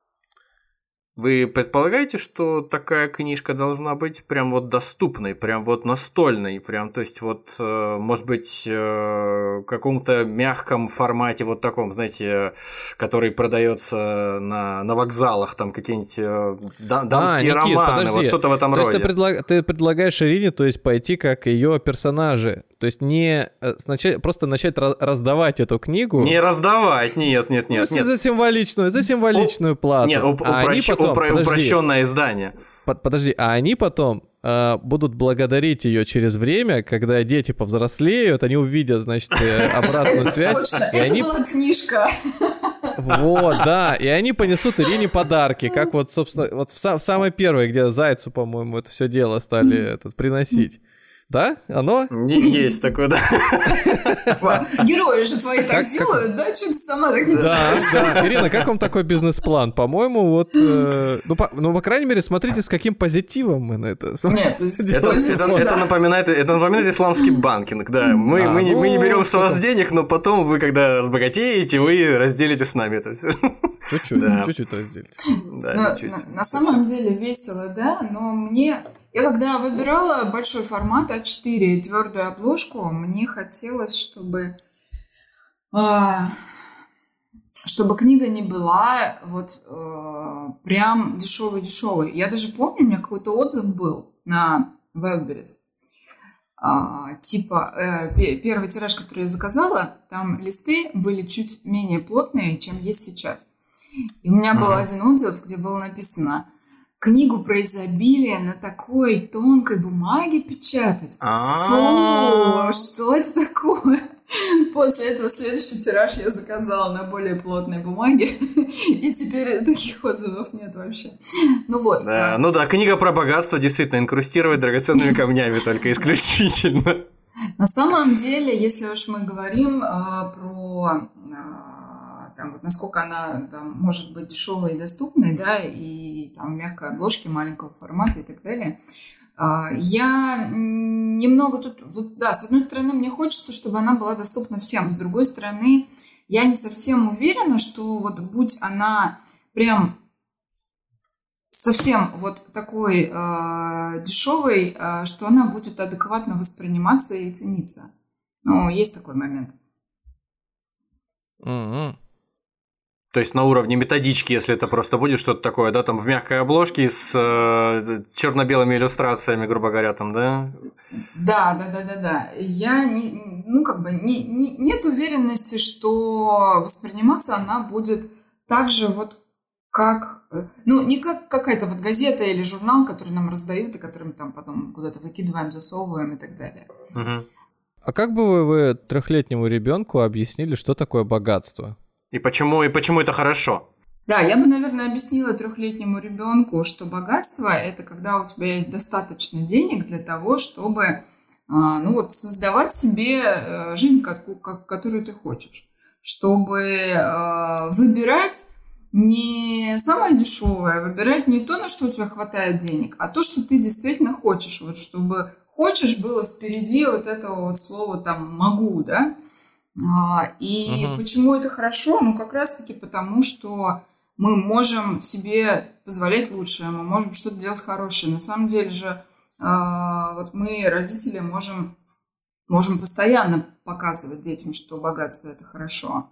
C: вы предполагаете, что такая книжка должна быть прям вот доступной, прям вот настольной, прям, то есть вот, может быть, в каком-то мягком формате, вот таком, знаете, который продается на, на вокзалах, там какие-нибудь дамские а, Никит, романы, подожди. Вот что-то в этом
B: то
C: роде.
B: То есть ты, предлаг... ты предлагаешь Ирине, то есть пойти как ее персонажи, то есть не сначала, просто начать раздавать эту книгу.
C: Не раздавать, нет, нет, нет.
B: Ну,
C: нет.
B: За символичную, за символичную
C: у...
B: плату.
C: Нет, уп- а упрощ... потом, упро... упрощенное издание.
B: Подожди, а они потом э, будут благодарить ее через время, когда дети повзрослеют, они увидят, значит, обратную связь.
D: Точно, это была книжка.
B: Вот, да, и они понесут Ирине подарки, как вот, собственно, вот в, сам, в самой первой, где Зайцу, по-моему, это все дело стали этот, приносить. Да? Оно?
C: Есть такое, да.
D: Герои же твои так как, делают, как... да? Что ты сама так не
B: да, да. Ирина, как вам такой бизнес-план? По-моему, вот... Э, ну, по, ну, по крайней мере, смотрите, с каким позитивом мы на это смотрим.
D: Нет, это,
C: это, да. это, напоминает, это напоминает исламский банкинг, да. Мы, а, мы, ну, мы не берем с вас денег, но потом вы, когда разбогатеете, вы разделите с нами это все.
B: Чуть-чуть, да. чуть-чуть разделите.
C: Да,
D: но, чуть-чуть. На, на самом деле весело, да, но мне... Я когда выбирала большой формат а четыре и твердую обложку, мне хотелось, чтобы, э, чтобы книга не была вот э, прям дешевой-дешевой. Я даже помню, у меня какой-то отзыв был на Wildberries. Э, типа, э, первый тираж, который я заказала, там листы были чуть менее плотные, чем есть сейчас. И у меня был uh-huh. один отзыв, где было написано... Книгу про изобилие на такой тонкой бумаге печатать. Фу, что это такое? После этого следующий тираж я заказала на более плотной бумаге, и теперь таких отзывов нет вообще. Ну вот.
C: Да, а... Ну да, книга про богатство действительно инкрустировать драгоценными камнями только исключительно.
D: На самом деле, если уж мы говорим э, про... Там, вот, насколько она там, может быть дешевой и доступной, да, и там мягкой обложки маленького формата и так далее. Я немного тут, вот, да, с одной стороны, мне хочется, чтобы она была доступна всем, с другой стороны, я не совсем уверена, что вот будь она прям совсем вот такой э, дешевой, э, что она будет адекватно восприниматься и цениться. Ну, есть такой момент.
B: Mm-hmm.
C: То есть на уровне методички, если это просто будет что-то такое, да, там в мягкой обложке с э, черно-белыми иллюстрациями, грубо говоря, там, да?
D: Да, да, да, да, да. Я не, ну как бы не, не, нет уверенности, что восприниматься она будет так же вот как, ну не как какая-то вот газета или журнал, который нам раздают и который мы там потом куда-то выкидываем, засовываем и так далее.
C: Угу.
B: А как бы вы, вы трехлетнему ребенку объяснили, что такое богатство?
C: И почему, и почему это хорошо?
D: Да, я бы, наверное, объяснила трехлетнему ребенку, что богатство – это когда у тебя есть достаточно денег для того, чтобы ну, вот, создавать себе жизнь, которую ты хочешь. Чтобы выбирать не самое дешевое, выбирать не то, на что у тебя хватает денег, а то, что ты действительно хочешь. Вот, чтобы хочешь было впереди вот этого вот слова там «могу», да? И uh-huh. почему это хорошо? Ну, как раз-таки потому, что мы можем себе позволять лучшее, мы можем что-то делать хорошее. На самом деле же вот мы, родители, можем, можем постоянно показывать детям, что богатство – это хорошо,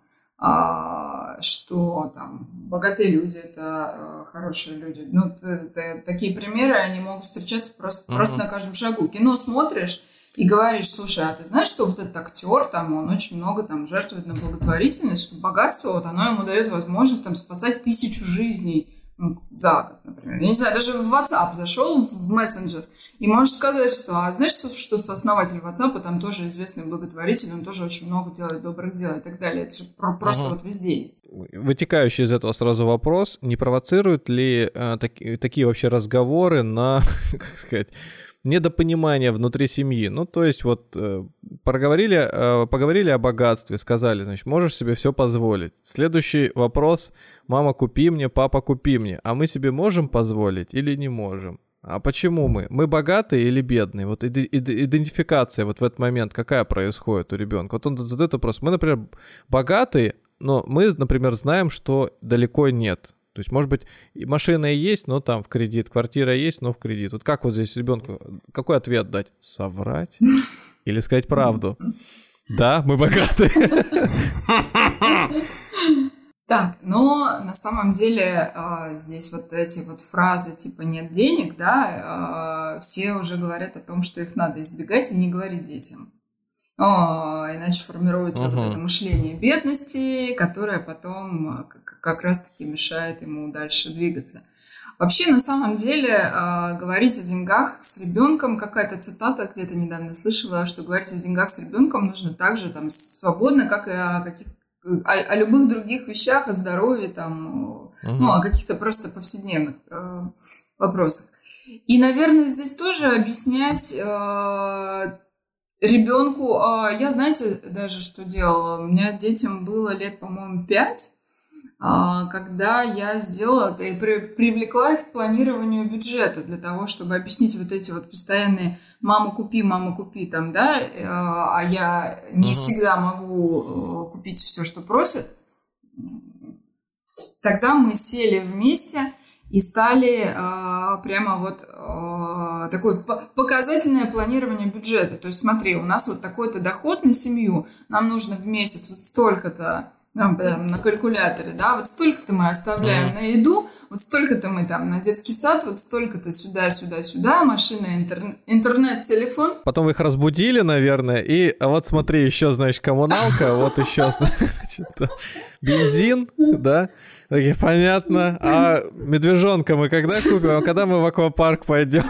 D: что там богатые люди – это хорошие люди. Ну, такие примеры, они могут встречаться просто, uh-huh. просто на каждом шагу. Кино смотришь, и говоришь, слушай, а ты знаешь, что вот этот актер, там, он очень много там жертвует на благотворительность, что богатство, вот оно ему дает возможность там спасать тысячу жизней. ну, за год, например. Я не знаю, даже в WhatsApp зашел, в мессенджер, и можешь сказать, что, а знаешь, что, что сооснователь WhatsApp, там тоже известный благотворитель, он тоже очень много делает добрых дел и так далее. Это же про- просто uh-huh. вот везде есть.
B: Вытекающий из этого сразу вопрос, не провоцируют ли э, таки, такие вообще разговоры на, как сказать, недопонимание внутри семьи? Ну, то есть вот э, проговорили, э, поговорили о богатстве, сказали, значит, можешь себе все позволить. Следующий вопрос, мама, купи мне, папа, купи мне. А мы себе можем позволить или не можем? А почему мы? Мы богатые или бедные? Вот иди- иди- идентификация вот в этот момент какая происходит у ребенка? Вот он задает вопрос. Мы, например, богатые, но мы, например, знаем, что далеко нет. То есть, может быть, машина и есть, но там в кредит, квартира есть, но в кредит. Вот как вот здесь ребенку, какой ответ дать? Соврать? Или сказать правду? Да, мы богатые.
D: Так, но на самом деле здесь вот эти вот фразы типа «нет денег», да, все уже говорят о том, что их надо избегать и не говорить детям. О, иначе формируется uh-huh. вот это мышление бедности, которое потом как, как раз-таки мешает ему дальше двигаться. Вообще, на самом деле, э, говорить о деньгах с ребенком, какая-то цитата где-то недавно слышала, что говорить о деньгах с ребенком нужно так же там, свободно, как и о, каких, о, о любых других вещах, о здоровье, там, uh-huh. ну, о каких-то просто повседневных э, вопросах. И, наверное, здесь тоже объяснять... Э, Ребенку, я, знаете, даже что делала? У меня детям было лет, по-моему, пять, когда я сделала это и привлекла их к планированию бюджета для того, чтобы объяснить вот эти вот постоянные «мама, купи, мама, купи», там, да, а я не uh-huh. всегда могу купить все, что просят. Тогда мы сели вместе и стали э, прямо вот э, такое показательное планирование бюджета. То есть смотри, у нас вот такой-то доход на семью, нам нужно в месяц вот столько-то, там, на калькуляторе, да, вот столько-то мы оставляем mm-hmm. на еду, вот столько-то мы там на детский сад, вот столько-то сюда, сюда, сюда, машина, интер... интернет, телефон.
B: Потом вы их разбудили, наверное, и а вот смотри, еще, значит, коммуналка, вот еще, значит, бензин, да, такие, понятно. А медвежонка мы когда купим? А когда мы в аквапарк пойдем?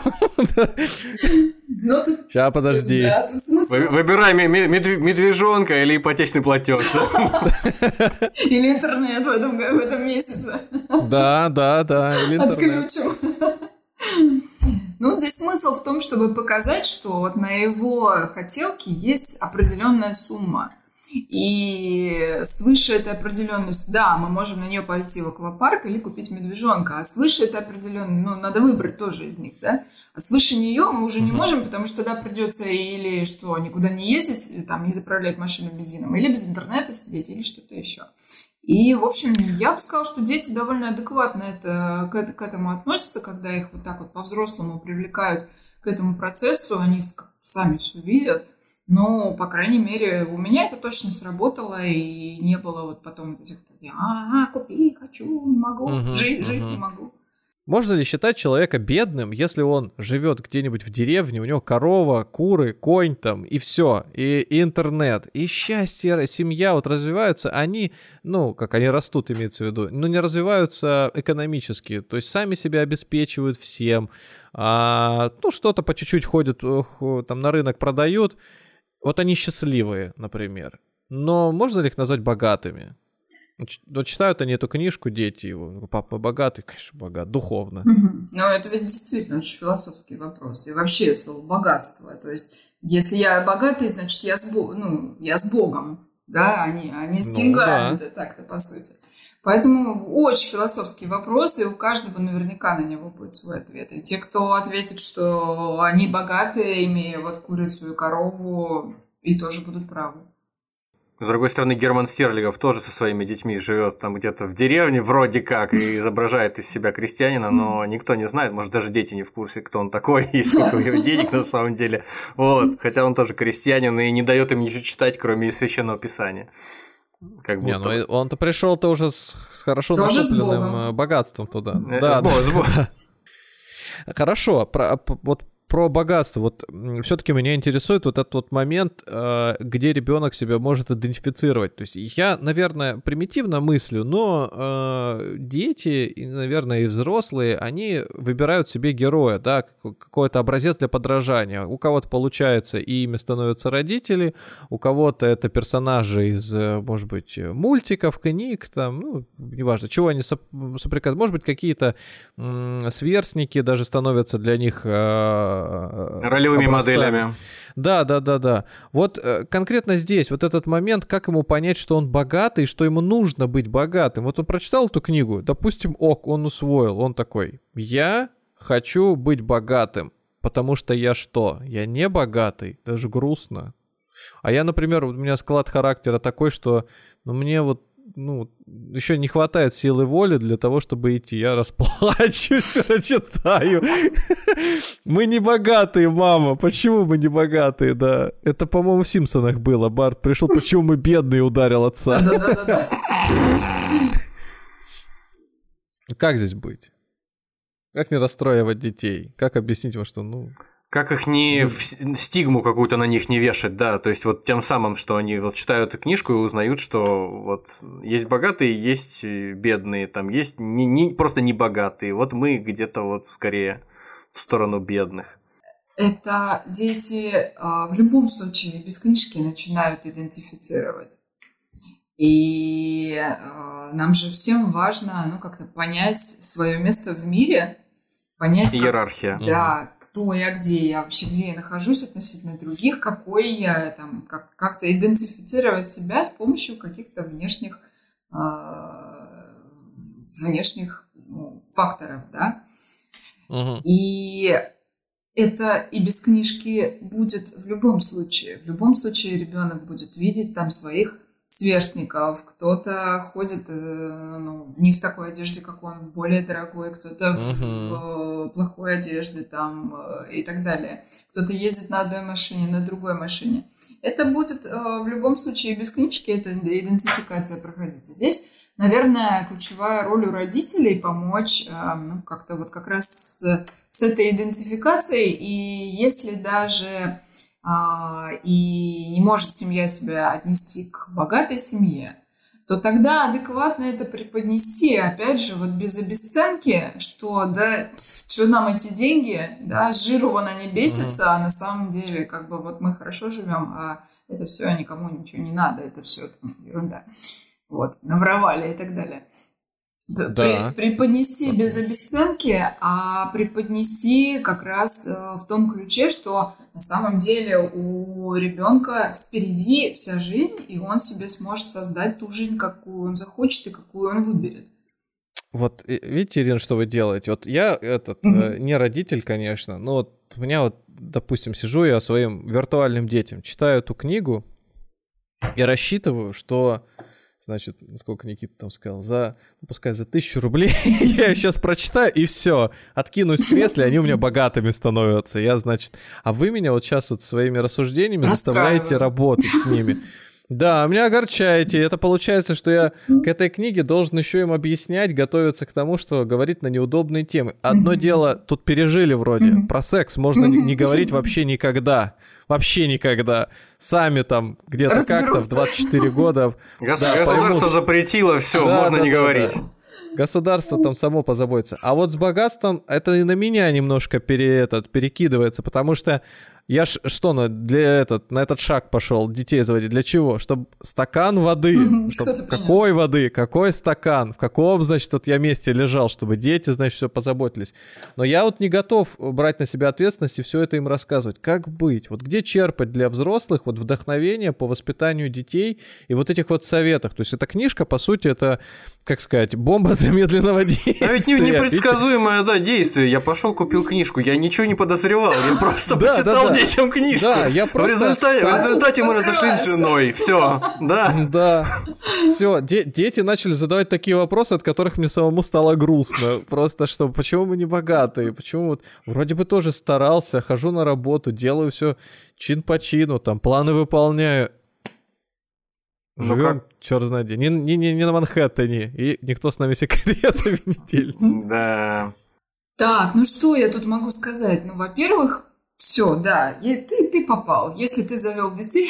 D: Ну, тут...
B: Сейчас, подожди.
D: Да, тут смысл...
C: Вы, выбирай медв- медвежонка или ипотечный платеж.
D: Или интернет в этом, в этом месяце.
B: Да, да, да. Или интернет.
D: Отключим. Ну, здесь смысл в том, чтобы показать, что вот на его хотелке есть определенная сумма. И свыше этой определенной... Да, мы можем на нее пойти в аквапарк или купить медвежонка, а свыше этой определенной... Ну, надо выбрать тоже из них, да? А свыше нее мы уже не можем, потому что тогда придется или что, никуда не ездить, там, не заправлять машину бензином, или без интернета сидеть, или что-то еще. И, в общем, я бы сказала, что дети довольно адекватно это, к, к этому относятся, когда их вот так вот по-взрослому привлекают к этому процессу, они сами все видят. Но, по крайней мере, у меня это точно сработало, и не было вот потом этих, ага, купи, хочу, не могу, uh-huh, жить, uh-huh. жить не могу.
B: Можно ли считать человека бедным, если он живет где-нибудь в деревне, у него корова, куры, конь там, и все, и, и интернет, и счастье, семья вот развиваются, они, ну, как они растут, имеется в виду, но не развиваются экономически, то есть сами себя обеспечивают всем, а, ну, что-то по чуть-чуть ходят, там, на рынок продают, вот они счастливые, например, но можно ли их назвать богатыми? Вот читают они эту книжку, дети его. Папа богатый, конечно, богат, духовно.
D: Угу. Но это ведь действительно очень философский вопрос. И вообще слово богатство. То есть, если я богатый, значит, я с, Бог... ну, я с Богом. Да, они, они с деньгами, ну, да. Так-то по сути. Поэтому очень философский вопрос, и у каждого наверняка на него будет свой ответ. И те, кто ответит, что они богатые, имея вот курицу и корову, и тоже будут правы.
C: С другой стороны, Герман Стерлигов тоже со своими детьми живет там где-то в деревне, вроде как, и изображает из себя крестьянина, но никто не знает, может, даже дети не в курсе, кто он такой и сколько у него денег на самом деле. Вот. Хотя он тоже крестьянин и не дает им ничего читать, кроме священного писания. Как будто...
B: Не, ну он-то пришел-то уже с, с хорошо накопленным богатством туда.
C: Э,
B: да,
C: с Богом,
B: да,
C: с Богом.
B: Да. Хорошо, про, вот про богатство. Вот все-таки меня интересует вот этот вот момент, где ребенок себя может идентифицировать. То есть я, наверное, примитивно мыслю, но дети, и, наверное, и взрослые, они выбирают себе героя, да, какой-то образец для подражания. У кого-то получается, и ими становятся родители, у кого-то это персонажи из, может быть, мультиков, книг, там, ну, неважно, чего они соприкасаются. Может быть, какие-то м- сверстники даже становятся для них э-
C: ролевыми
B: образцами.
C: моделями.
B: Да, да, да, да. Вот э, конкретно здесь, вот этот момент, как ему понять, что он богатый, что ему нужно быть богатым. Вот он прочитал эту книгу, допустим, ок, он усвоил, он такой: я хочу быть богатым, потому что я что? Я не богатый, даже грустно. А я, например, у меня склад характера такой, что ну, мне вот ну, еще не хватает силы воли для того, чтобы идти. Я расплачусь, читаю. Мы не богатые, мама. Почему мы не богатые, да? Это, по-моему, в «Симпсонах» было. Барт пришел, почему мы бедные, ударил отца.
D: Да-да-да.
B: Как здесь быть? Как не расстраивать детей? Как объяснить вам, что, ну...
C: Как их не в стигму какую-то на них не вешать, да, то есть вот тем самым, что они вот читают эту книжку и узнают, что вот есть богатые, есть бедные, там есть не, не, просто не богатые, вот мы где-то вот скорее в сторону бедных.
D: Это дети а, в любом случае без книжки начинают идентифицировать. И а, нам же всем важно, ну, как-то понять свое место в мире, понять...
C: Иерархия.
D: Как, да, кто я, где я, вообще где я нахожусь относительно других, какой я, там, как, как-то идентифицировать себя с помощью каких-то внешних, э, внешних ну, факторов, да.
B: Угу.
D: И это и без книжки будет в любом случае. В любом случае ребенок будет видеть там своих сверстников, кто-то ходит ну, не в такой одежде, как он, в более дорогой, кто-то uh-huh. в, в плохой одежде там, и так далее. Кто-то ездит на одной машине, на другой машине. Это будет в любом случае без книжки, эта идентификация проходить. Здесь, наверное, ключевая роль у родителей помочь ну, как-то вот как раз с, с этой идентификацией, и если даже... и не может семья себя отнести к богатой семье, то тогда адекватно это преподнести, опять же, вот без обесценки, что да, что нам эти деньги, да, с жиру вон они бесятся, mm-hmm. а на самом деле, как бы, вот мы хорошо живем, а это все никому ничего не надо, это все там, ерунда, вот, наворовали и так далее.
B: Да.
D: При, преподнести без обесценки, а преподнести как раз э, в том ключе, что на самом деле у ребенка впереди вся жизнь, и он себе сможет создать ту жизнь, какую он захочет и какую он выберет.
B: Вот видите, Ирина, что вы делаете? Вот я этот mm-hmm. э, не родитель, конечно, но вот у меня вот, допустим, сижу я своим виртуальным детям, читаю эту книгу и рассчитываю, что значит, сколько Никита там сказал, за, ну, пускай за тысячу рублей я их сейчас прочитаю, и все, откинусь в кресле, они у меня богатыми становятся. Я, значит, а вы меня вот сейчас вот своими рассуждениями заставляете работать с ними. Да, меня огорчаете. Это получается, что я к этой книге должен еще им объяснять, готовиться к тому, что говорить на неудобные темы. Одно дело, тут пережили вроде, про секс можно не говорить вообще никогда. Вообще никогда. Сами там где-то как-то в двадцать четыре года...
C: Гос- да, государство поймут. Запретило, все, да, можно да, не да, говорить. Да.
B: Государство там само позаботится. А вот с богатством это и на меня немножко пере, этот, перекидывается, потому что я ж что на, для этот, на этот шаг пошел детей заводить. Для чего? Чтобы стакан воды.
D: Mm-hmm.
B: Чтоб, какой воды? Какой стакан? В каком, значит, вот я месте лежал, чтобы дети, значит, все позаботились. Но я вот не готов брать на себя ответственность и все это им рассказывать. Как быть? Вот где черпать для взрослых вот вдохновение по воспитанию детей и вот этих вот советах? То есть эта книжка, по сути, это, как сказать, бомба замедленного действия.
C: А ведь непредсказуемое, да, действие. Я пошел, купил книжку, я ничего не подозревал, я просто почитал детям книжку.
B: Да, я просто...
C: В результате, в результате мы разошлись с женой. Все, да.
B: Да. Все, де- дети начали задавать такие вопросы, от которых мне самому стало грустно. Просто что, почему мы не богатые? Почему вот вроде бы тоже старался, хожу на работу, делаю все чин по чину, там планы выполняю. Живем, черт знает где. Не, не, не, не на Манхэттене. И никто с нами секретами не делится.
C: Да.
D: Так, ну что я тут могу сказать? Ну, во-первых, Все, да, и ты, ты попал. Если ты завел детей...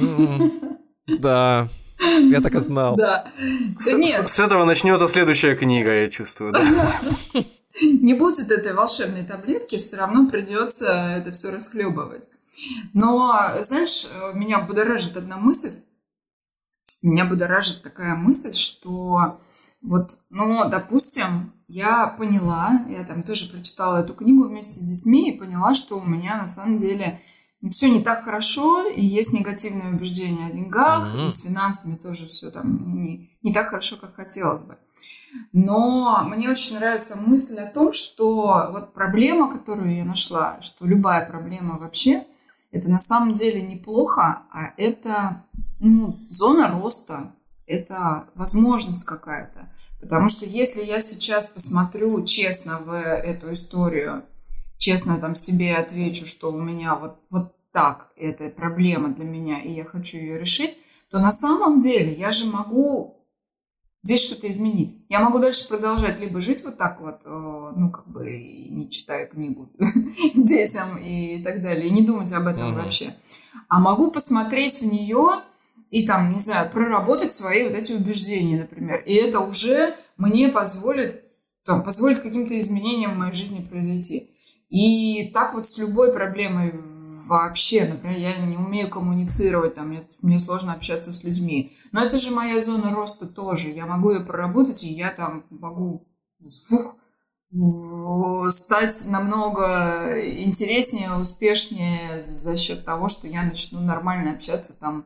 B: Да, я так и знал.
D: Да.
C: С, с, с этого начнется следующая книга, я чувствую. Да?
D: Не будет этой волшебной таблетки, все равно придется это все расхлебывать. Но, знаешь, меня будоражит одна мысль. Меня будоражит такая мысль, что вот, ну, допустим, я поняла, я там тоже прочитала эту книгу вместе с детьми и поняла, что у меня на самом деле все не так хорошо, и есть негативные убеждения о деньгах, mm-hmm. и с финансами тоже все там не, не так хорошо, как хотелось бы. Но мне очень нравится мысль о том, что вот проблема, которую я нашла, что любая проблема вообще, это на самом деле неплохо, а это, ну, зона роста, это возможность какая-то. Потому что если я сейчас посмотрю честно в эту историю, честно там себе отвечу, что у меня вот, вот так, это проблема для меня, и я хочу ее решить, то на самом деле я же могу здесь что-то изменить. Я могу дальше продолжать либо жить вот так вот, ну, как бы, не читая книгу детям и так далее, и не думать об этом uh-huh. вообще. А могу посмотреть в нее и там, не знаю, проработать свои вот эти убеждения, например. И это уже мне позволит, там, позволит каким-то изменениям в моей жизни произойти. И так вот с любой проблемой вообще, например, я не умею коммуницировать, там, мне, мне сложно общаться с людьми. Но это же моя зона роста тоже. Я могу ее проработать, и я там могу фух, стать намного интереснее, успешнее за счет того, что я начну нормально общаться, там,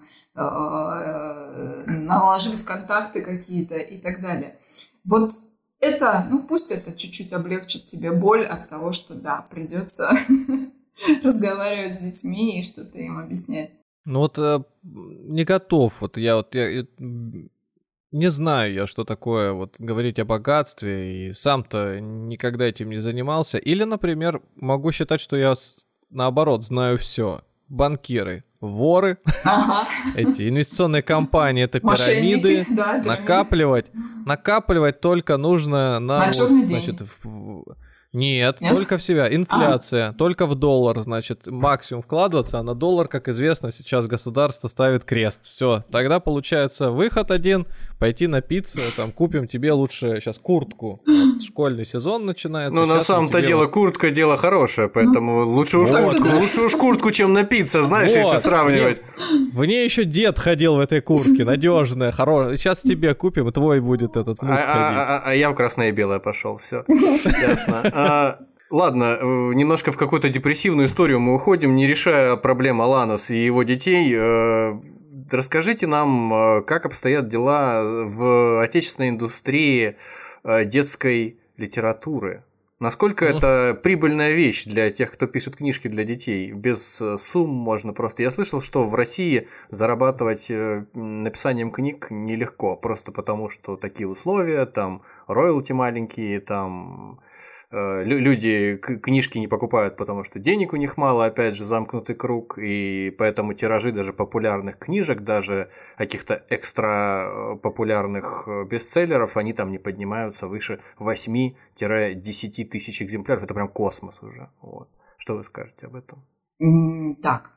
D: наложить контакты какие-то и так далее. Вот это, ну пусть это чуть-чуть облегчит тебе боль от того, что да, придется разговаривать с детьми и что-то им объяснять.
B: Ну вот э, не готов, вот я вот я, не знаю я, что такое вот говорить о богатстве, и сам-то никогда этим не занимался. Или, например, могу считать, что я наоборот знаю все. Банкиры, воры, ага. эти инвестиционные компании, это пирамиды, да, накапливать, накапливать только нужно на,
D: на черный день.
B: Значит, в... Нет, Нет, только в себя. Инфляция, а. только в доллар, значит, максимум вкладываться, а на доллар, как известно, сейчас государство ставит крест. Все, тогда получается выход один, пойти напиться, там, купим тебе лучше сейчас куртку. Вот, школьный сезон начинается.
C: Ну, на самом-то тебе... дело, куртка дело хорошее, поэтому ну, лучше, уж вот. куртку, лучше уж куртку, чем напиться, знаешь, вот. если сравнивать.
B: В ней еще дед ходил в этой куртке, надежная, хорошая. Сейчас тебе купим, и твой будет этот внук
C: а,
B: ходить.
C: А, а, а я в красное и белое пошел, все, ясно. А, ладно, немножко в какую-то депрессивную историю мы уходим, не решая проблем Аланос и его детей. Расскажите нам, как обстоят дела в отечественной индустрии детской литературы. Насколько mm. это прибыльная вещь для тех, кто пишет книжки для детей? Без сумм можно просто. Я слышал, что в России зарабатывать написанием книг нелегко, просто потому что такие условия, там роялти маленькие, там люди книжки не покупают, потому что денег у них мало, опять же, замкнутый круг, и поэтому тиражи даже популярных книжек, даже каких-то экстра популярных бестселлеров, они там не поднимаются выше восемь-десять тысяч экземпляров. Это прям космос уже. Вот. Что вы скажете об этом?
D: Так,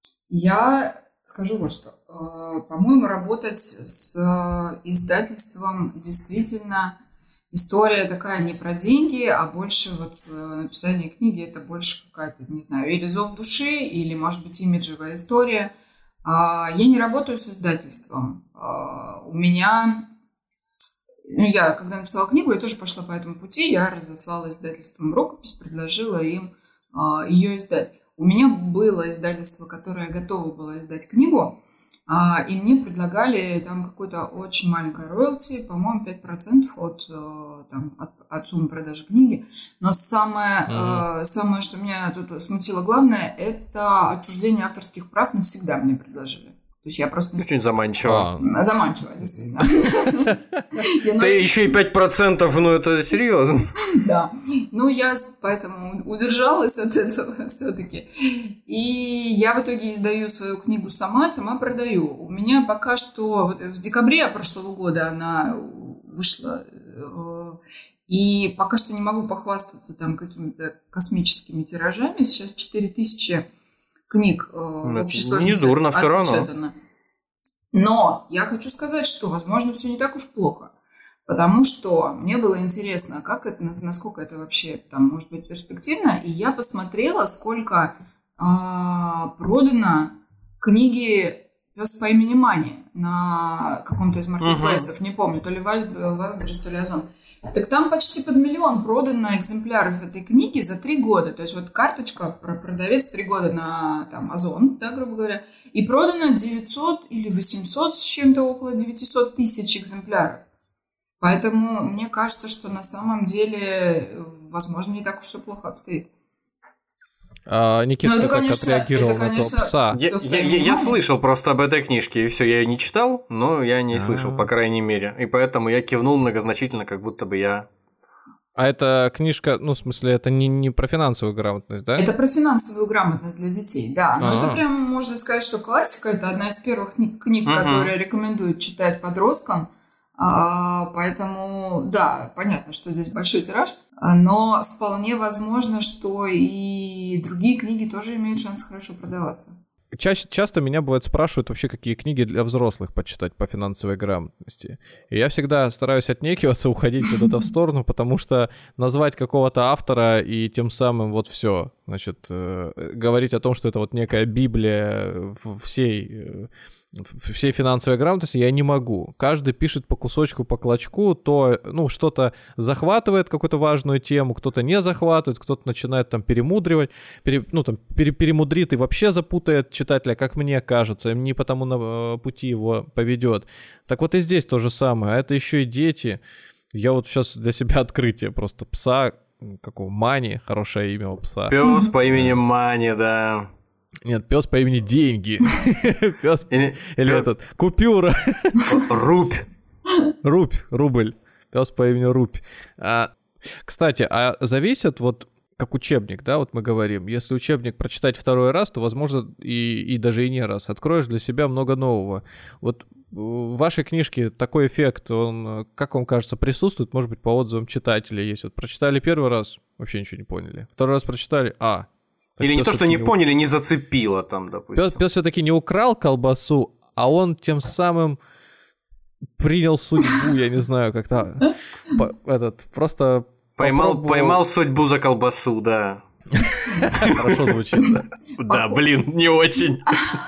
D: я скажу вот что. По-моему, работать с издательством действительно... История такая не про деньги, а больше вот написание книги, это больше какая-то, не знаю, или зов души, или, может быть, имиджевая история. Я не работаю с издательством. У меня, ну, я, когда написала книгу, я тоже пошла по этому пути, я разослала издательствам рукопись, предложила им ее издать. У меня было издательство, которое готово было издать книгу, А, и мне предлагали там какую-то очень маленькую роялти, по-моему, пять процентов от, там, от, от суммы продажи книги. Но самое, mm-hmm. э, самое, что меня тут смутило главное, это отчуждение авторских прав навсегда мне предложили. То есть я просто...
C: Очень заманчиво.
D: А. Заманчиво, действительно.
C: Да еще и пять процентов, ну это серьезно.
D: Да. Ну я поэтому удержалась от этого все-таки. И я в итоге издаю свою книгу сама, сама продаю. У меня пока что... В декабре прошлого года она вышла. И пока что не могу похвастаться там какими-то космическими тиражами. Сейчас четыре тысячи книг э, в общей сложности
C: не дурно, все равно.
D: Но я хочу сказать, что, возможно, все не так уж плохо. Потому что мне было интересно, как это, насколько это вообще там может быть перспективно. И я посмотрела, сколько э, продано книги «Пес по имени Мани» на каком-то из маркетплейсов. Uh-huh. Не помню, то ли Вайлдберрис, то ли Озон. Так там почти под миллион продано экземпляров этой книги за три года. То есть вот карточка, продавец три года на там, Озон, да, грубо говоря, и продано девятьсот или восемьсот с чем-то, около девятьсот тысяч экземпляров. Поэтому мне кажется, что на самом деле, возможно, не так уж все плохо обстоит.
B: А, Никита, ну, ты как конечно, отреагировал это, конечно, на то пса?
C: Я, я, я, я слышал просто об этой книжке, и все, я ее не читал, но я не А-а-а. слышал, по крайней мере. И поэтому я кивнул многозначительно, как будто бы я...
B: А эта книжка, ну, в смысле, это не, не про финансовую грамотность, да?
D: Это про финансовую грамотность для детей, да. Но А-а-а. это прям, можно сказать, что классика. Это одна из первых книг, книг uh-huh. которые рекомендуют читать подросткам. А, поэтому, да, понятно, что здесь большой тираж. Но вполне возможно, что и другие книги тоже имеют шанс хорошо продаваться.
B: Ча- часто меня бывает спрашивают вообще, какие книги для взрослых почитать по финансовой грамотности. И я всегда стараюсь отнекиваться, уходить куда-то в сторону, потому что назвать какого-то автора и тем самым вот все, значит, э, говорить о том, что это вот некая библия всей... Э, всей финансовой грамотности я не могу. Каждый пишет по кусочку, по клочку, то, ну, что-то захватывает какую-то важную тему, кто-то не захватывает, кто-то начинает там перемудривать, пере, ну, там, пере, перемудрит и вообще запутает читателя, как мне кажется, и не потому на пути его поведет. Так вот и здесь то же самое, а это еще и дети. Я вот сейчас для себя открытие просто пса, какого, Мани, хорошее имя у пса.
C: Пес по имени Мани, да.
B: Нет, пес по имени Деньги. Пес или, или пёс... этот Купюра.
C: Рубь.
B: Рубь, рубль. Пес по имени Рубь. А, кстати, а зависит вот как учебник, да, вот мы говорим. Если учебник прочитать второй раз, то, возможно, и, и даже и не раз. Откроешь для себя много нового. Вот в вашей книжке такой эффект, он, как вам кажется, присутствует? Может быть, по отзывам читателей есть. Вот прочитали первый раз, вообще ничего не поняли. Второй раз прочитали, а...
C: Или не то, что не поняли, не зацепило там, допустим.
B: Пес, пес все-таки не украл колбасу, а он тем самым принял судьбу, я не знаю, как-то этот просто
C: поймал, поймал судьбу за колбасу, да.
B: Хорошо звучит, да.
C: Да, блин, не очень.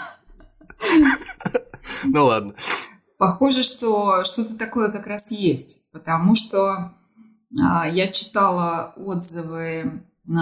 C: Ну ладно.
D: Похоже, что что-то такое как раз есть, потому что я читала отзывы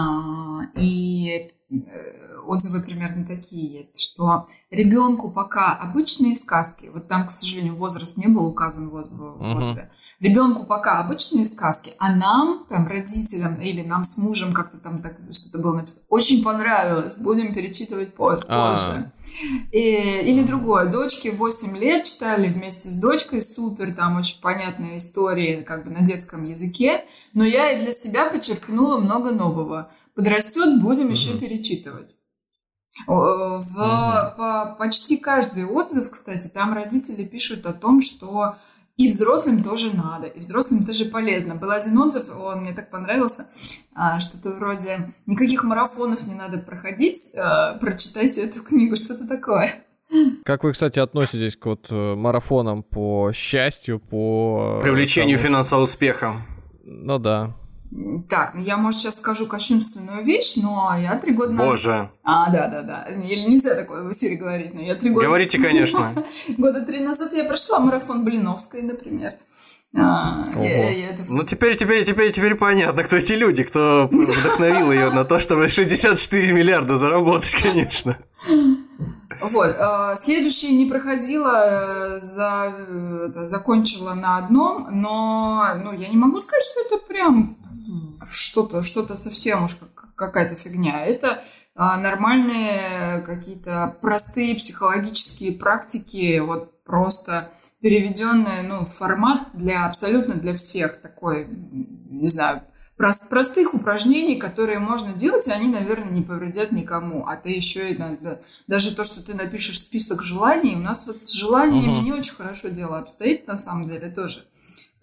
D: и отзывы примерно такие есть, что ребенку пока обычные сказки, вот там, к сожалению, возраст не был указан в отзыве, uh-huh. ребенку пока обычные сказки, а нам, там, родителям или нам с мужем, как-то там так что-то было написано, очень понравилось, будем перечитывать позже. Uh-huh. И, или другое, дочке восемь лет читали вместе с дочкой, супер, там очень понятные истории как бы на детском языке, но я и для себя подчеркнула много нового. Подрастет, будем uh-huh. еще перечитывать. В, uh-huh. по, почти каждый отзыв, кстати, там родители пишут о том, что и взрослым тоже надо, и взрослым тоже полезно. Был один отзыв, он мне так понравился, что-то вроде «никаких марафонов не надо проходить, прочитайте эту книгу», что-то такое.
B: Как вы, кстати, относитесь к вот марафонам по счастью, по...
C: привлечению тому, финансового успеха?
B: Ну да.
D: Так, ну я, может, сейчас скажу кощунственную вещь, но я три года назад...
C: Боже!
D: А, да-да-да, или нельзя такое в эфире говорить, но я три года...
C: Говорите, конечно.
D: Года три назад я прошла марафон Блиновской, например. А, я, я это...
C: Ну, теперь, теперь, теперь, теперь понятно, кто эти люди, кто вдохновил ее на то, чтобы шестьдесят четыре миллиарда заработать, конечно.
D: Вот, следующее не проходила, за, закончила на одном, но ну, я не могу сказать, что это прям что-то, что-то совсем уж какая-то фигня. Это нормальные какие-то простые психологические практики, вот просто переведенные ну, в формат для абсолютно для всех такой, не знаю, Прост, простых упражнений, которые можно делать, и они, наверное, не повредят никому. А ты еще и надо, даже то, что ты напишешь список желаний, у нас вот с желаниями uh-huh. не очень хорошо дело обстоит, на самом деле, тоже.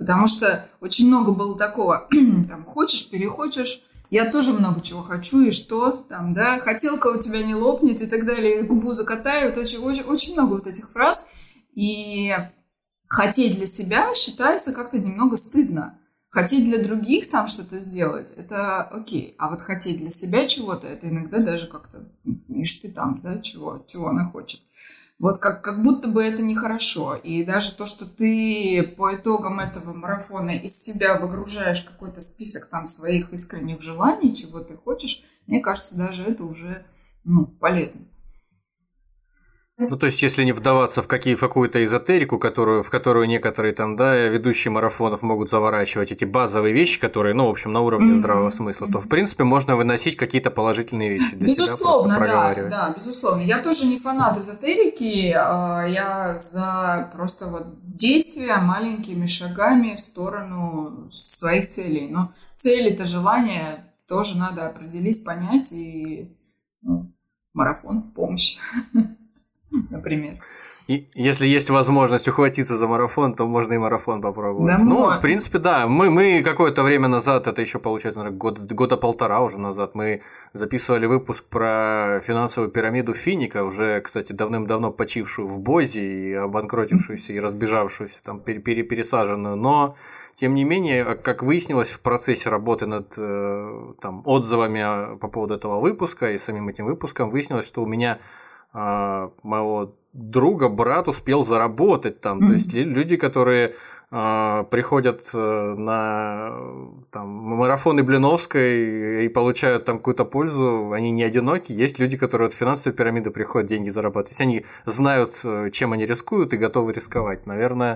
D: Потому что очень много было такого, там, хочешь, перехочешь, я тоже много чего хочу, и что там, да, хотелка у тебя не лопнет и так далее, губу закатают, очень, очень, очень много вот этих фраз, и хотеть для себя считается как-то немного стыдно. Хотеть для других там что-то сделать, это окей, а вот хотеть для себя чего-то, это иногда даже как-то, ишь ты там, да, чего, чего она хочет. Вот как, как будто бы это нехорошо. И даже то, что ты по итогам этого марафона из себя выгружаешь какой-то список там своих искренних желаний, чего ты хочешь, мне кажется, даже это уже ну, полезно.
C: Ну, то есть, если не вдаваться в, какие, в какую-то эзотерику, которую, в которую некоторые там, да, ведущие марафонов могут заворачивать эти базовые вещи, которые, ну, в общем, на уровне mm-hmm. здравого смысла, то, в принципе, можно выносить какие-то положительные вещи для
D: безусловно,
C: себя, просто проговаривать.
D: Да, да, безусловно. Я тоже не фанат эзотерики, я за просто вот действия маленькими шагами в сторону своих целей. Но цели-то, желания тоже надо определить, понять, и ну, марафон в помощь. Например.
C: И если есть возможность ухватиться за марафон, то можно и марафон попробовать.
D: Да,
C: ну,
D: можно.
C: в принципе, да. Мы, мы какое-то время назад, это еще получается, наверное, год, года полтора уже назад, мы записывали выпуск про финансовую пирамиду Финика, уже, кстати, давным-давно почившую в Бозе и обанкротившуюся и разбежавшуюся, там, пересаженную. Но, тем не менее, как выяснилось в процессе работы над там, отзывами по поводу этого выпуска и самим этим выпуском, выяснилось, что у меня моего друга брат успел заработать там, mm-hmm. то есть люди, которые э, приходят на там, марафоны Блиновской и получают там какую-то пользу, они не одиноки, есть люди, которые от финансовой пирамиды приходят деньги зарабатывать, то есть они знают, чем они рискуют и готовы рисковать, наверное.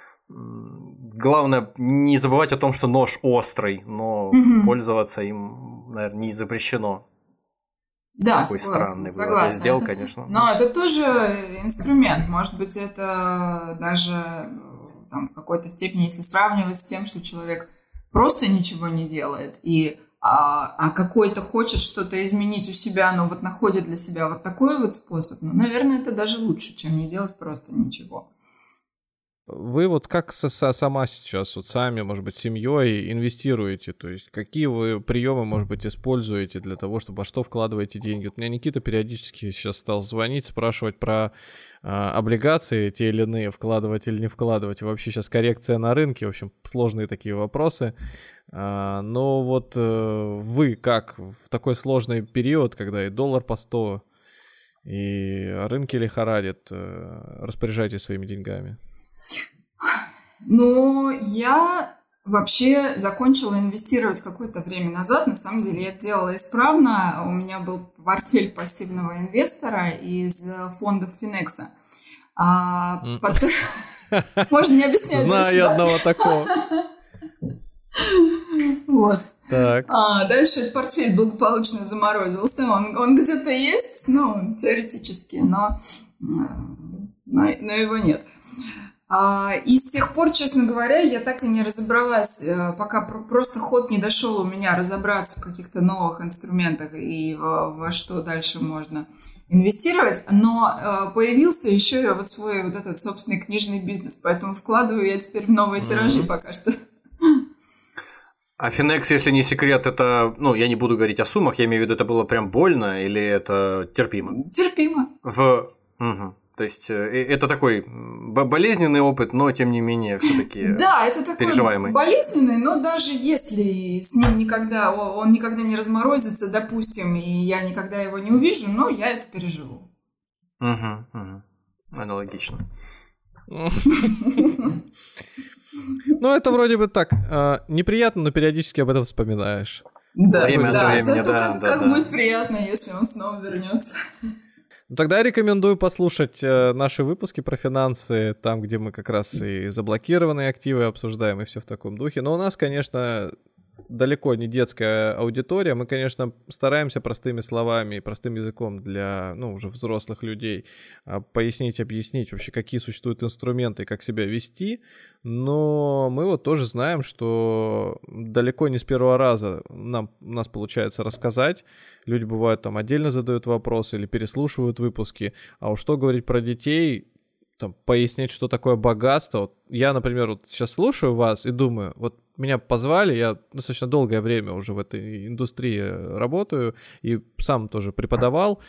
C: Главное не забывать о том, что нож острый, но mm-hmm. пользоваться им, наверное, не запрещено.
D: Да,
C: Такой
D: согласна,
C: странный
D: согласна.
C: был сделал,
D: это,
C: конечно.
D: Но это тоже инструмент. Может быть, это даже там, в какой-то степени, если сравнивать с тем, что человек просто ничего не делает, и, а, а какой-то хочет что-то изменить у себя, но вот находит для себя вот такой вот способ, ну, наверное, это даже лучше, чем не делать просто ничего.
B: Вы вот как со, со, сама сейчас, вот сами, может быть, семьей инвестируете? То есть какие вы приемы, может быть, используете для того, чтобы во что вкладываете деньги? Вот мне Никита периодически сейчас стал звонить, спрашивать про а, облигации, те или иные, вкладывать или не вкладывать. И вообще сейчас коррекция на рынке, в общем, сложные такие вопросы. А, но вот а, вы как в такой сложный период, когда и доллар по сто, и рынки лихорадят, а, распоряжаетесь своими деньгами?
D: Ну, я вообще закончила инвестировать какое-то время назад. На самом деле я это делала исправно. У меня был портфель пассивного инвестора из фондов Финекса. А,
B: mm.
D: потом... Можно не объяснять.
B: Знаю я одного такого.
D: Вот.
B: Так.
D: А, дальше этот портфель благополучно заморозился. Он, он где-то есть, ну, теоретически, но, но, но его нет. И с тех пор, честно говоря, я так и не разобралась, пока просто ход не дошел у меня разобраться в каких-то новых инструментах и во, во что дальше можно инвестировать. Но появился еще и вот свой вот этот собственный книжный бизнес, поэтому вкладываю я теперь в новые тиражи mm-hmm. пока что.
C: А Финекс, если не секрет, это, ну, я не буду говорить о суммах, я имею в виду, это было прям больно или это терпимо?
D: Терпимо.
C: В... Угу. То есть это такой болезненный опыт, но тем не менее все-таки
D: да, это такой
C: переживаемый.
D: Болезненный, но даже если с ним никогда, он никогда не разморозится, допустим, и я никогда его не увижу, но я это переживу.
C: Угу, угу. Аналогично.
B: Ну, это вроде бы так неприятно, но периодически об этом вспоминаешь.
D: Да,
C: время
D: да,
C: от времени,
D: зато
C: да,
D: как,
C: да,
D: как
C: да.
D: будет приятно, если он снова вернется.
B: Ну, тогда рекомендую послушать э, наши выпуски про финансы, там, где мы как раз и заблокированные активы обсуждаем, и все в таком духе. Но у нас, конечно, далеко не детская аудитория. Мы, конечно, стараемся простыми словами и простым языком для, ну, уже взрослых людей э, пояснить, объяснить вообще, какие существуют инструменты и как себя вести. Но мы вот тоже знаем, что далеко не с первого раза нам, у нас получается рассказать. Люди бывают там отдельно задают вопросы или переслушивают выпуски. А уж что говорить про детей, там, пояснить, что такое богатство. Вот я, например, вот сейчас слушаю вас и думаю, вот меня позвали, я достаточно долгое время уже в этой индустрии работаю, и сам тоже преподавал,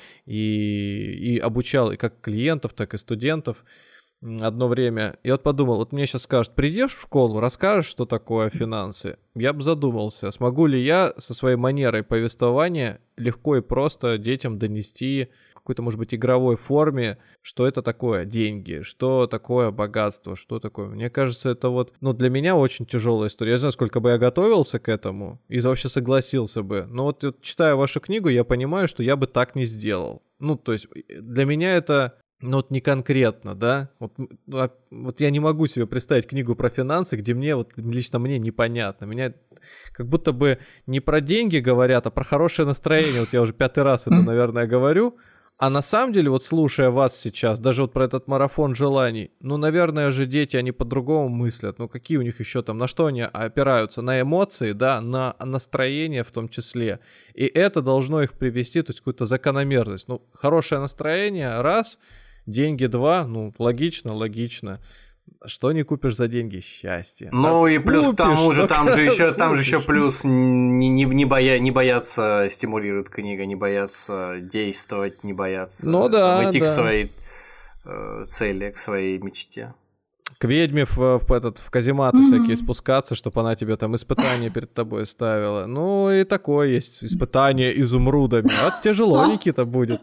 B: и, и обучал и как клиентов, так и студентов одно время. И вот подумал, вот мне сейчас скажут, придешь в школу, расскажешь, что такое финансы. Я бы задумался, смогу ли я со своей манерой повествования легко и просто детям донести в какой-то, может быть, игровой форме, что это такое деньги, что такое богатство, что такое. Мне кажется, это вот, ну, для меня очень тяжелая история. Я знаю, сколько бы я готовился к этому и вообще согласился бы. Но вот, вот читая вашу книгу, я понимаю, что я бы так не сделал. Ну, то есть для меня это... Ну, вот не конкретно, да? Вот, вот я не могу себе представить книгу про финансы, где мне, вот лично мне непонятно. Меня как будто бы не про деньги говорят, а про хорошее настроение. Вот я уже пятый раз это, наверное, говорю. А на самом деле, вот слушая вас сейчас, даже вот про этот марафон желаний, ну, наверное же дети, они по-другому мыслят. Ну, какие у них еще там, на что они опираются? На эмоции, да, на настроение в том числе. И это должно их привести, то есть какую-то закономерность. Ну, хорошее настроение, раз... Деньги два, ну, логично, логично. Что не купишь за деньги? Счастье.
C: Ну
B: а
C: и плюс
B: купишь,
C: к тому же, там же еще, там же
B: купишь.
C: еще плюс не, не, не, боя, не бояться, стимулирует книга, не бояться действовать, не бояться
B: ну, да,
C: идти
B: да.
C: к своей э, цели, к своей мечте.
B: К ведьме в, в, этот, в казематы mm-hmm. всякие спускаться, чтобы она тебе там испытания перед тобой ставила. Ну и такое есть, испытание изумрудами. Вот тяжело, Никита, будет.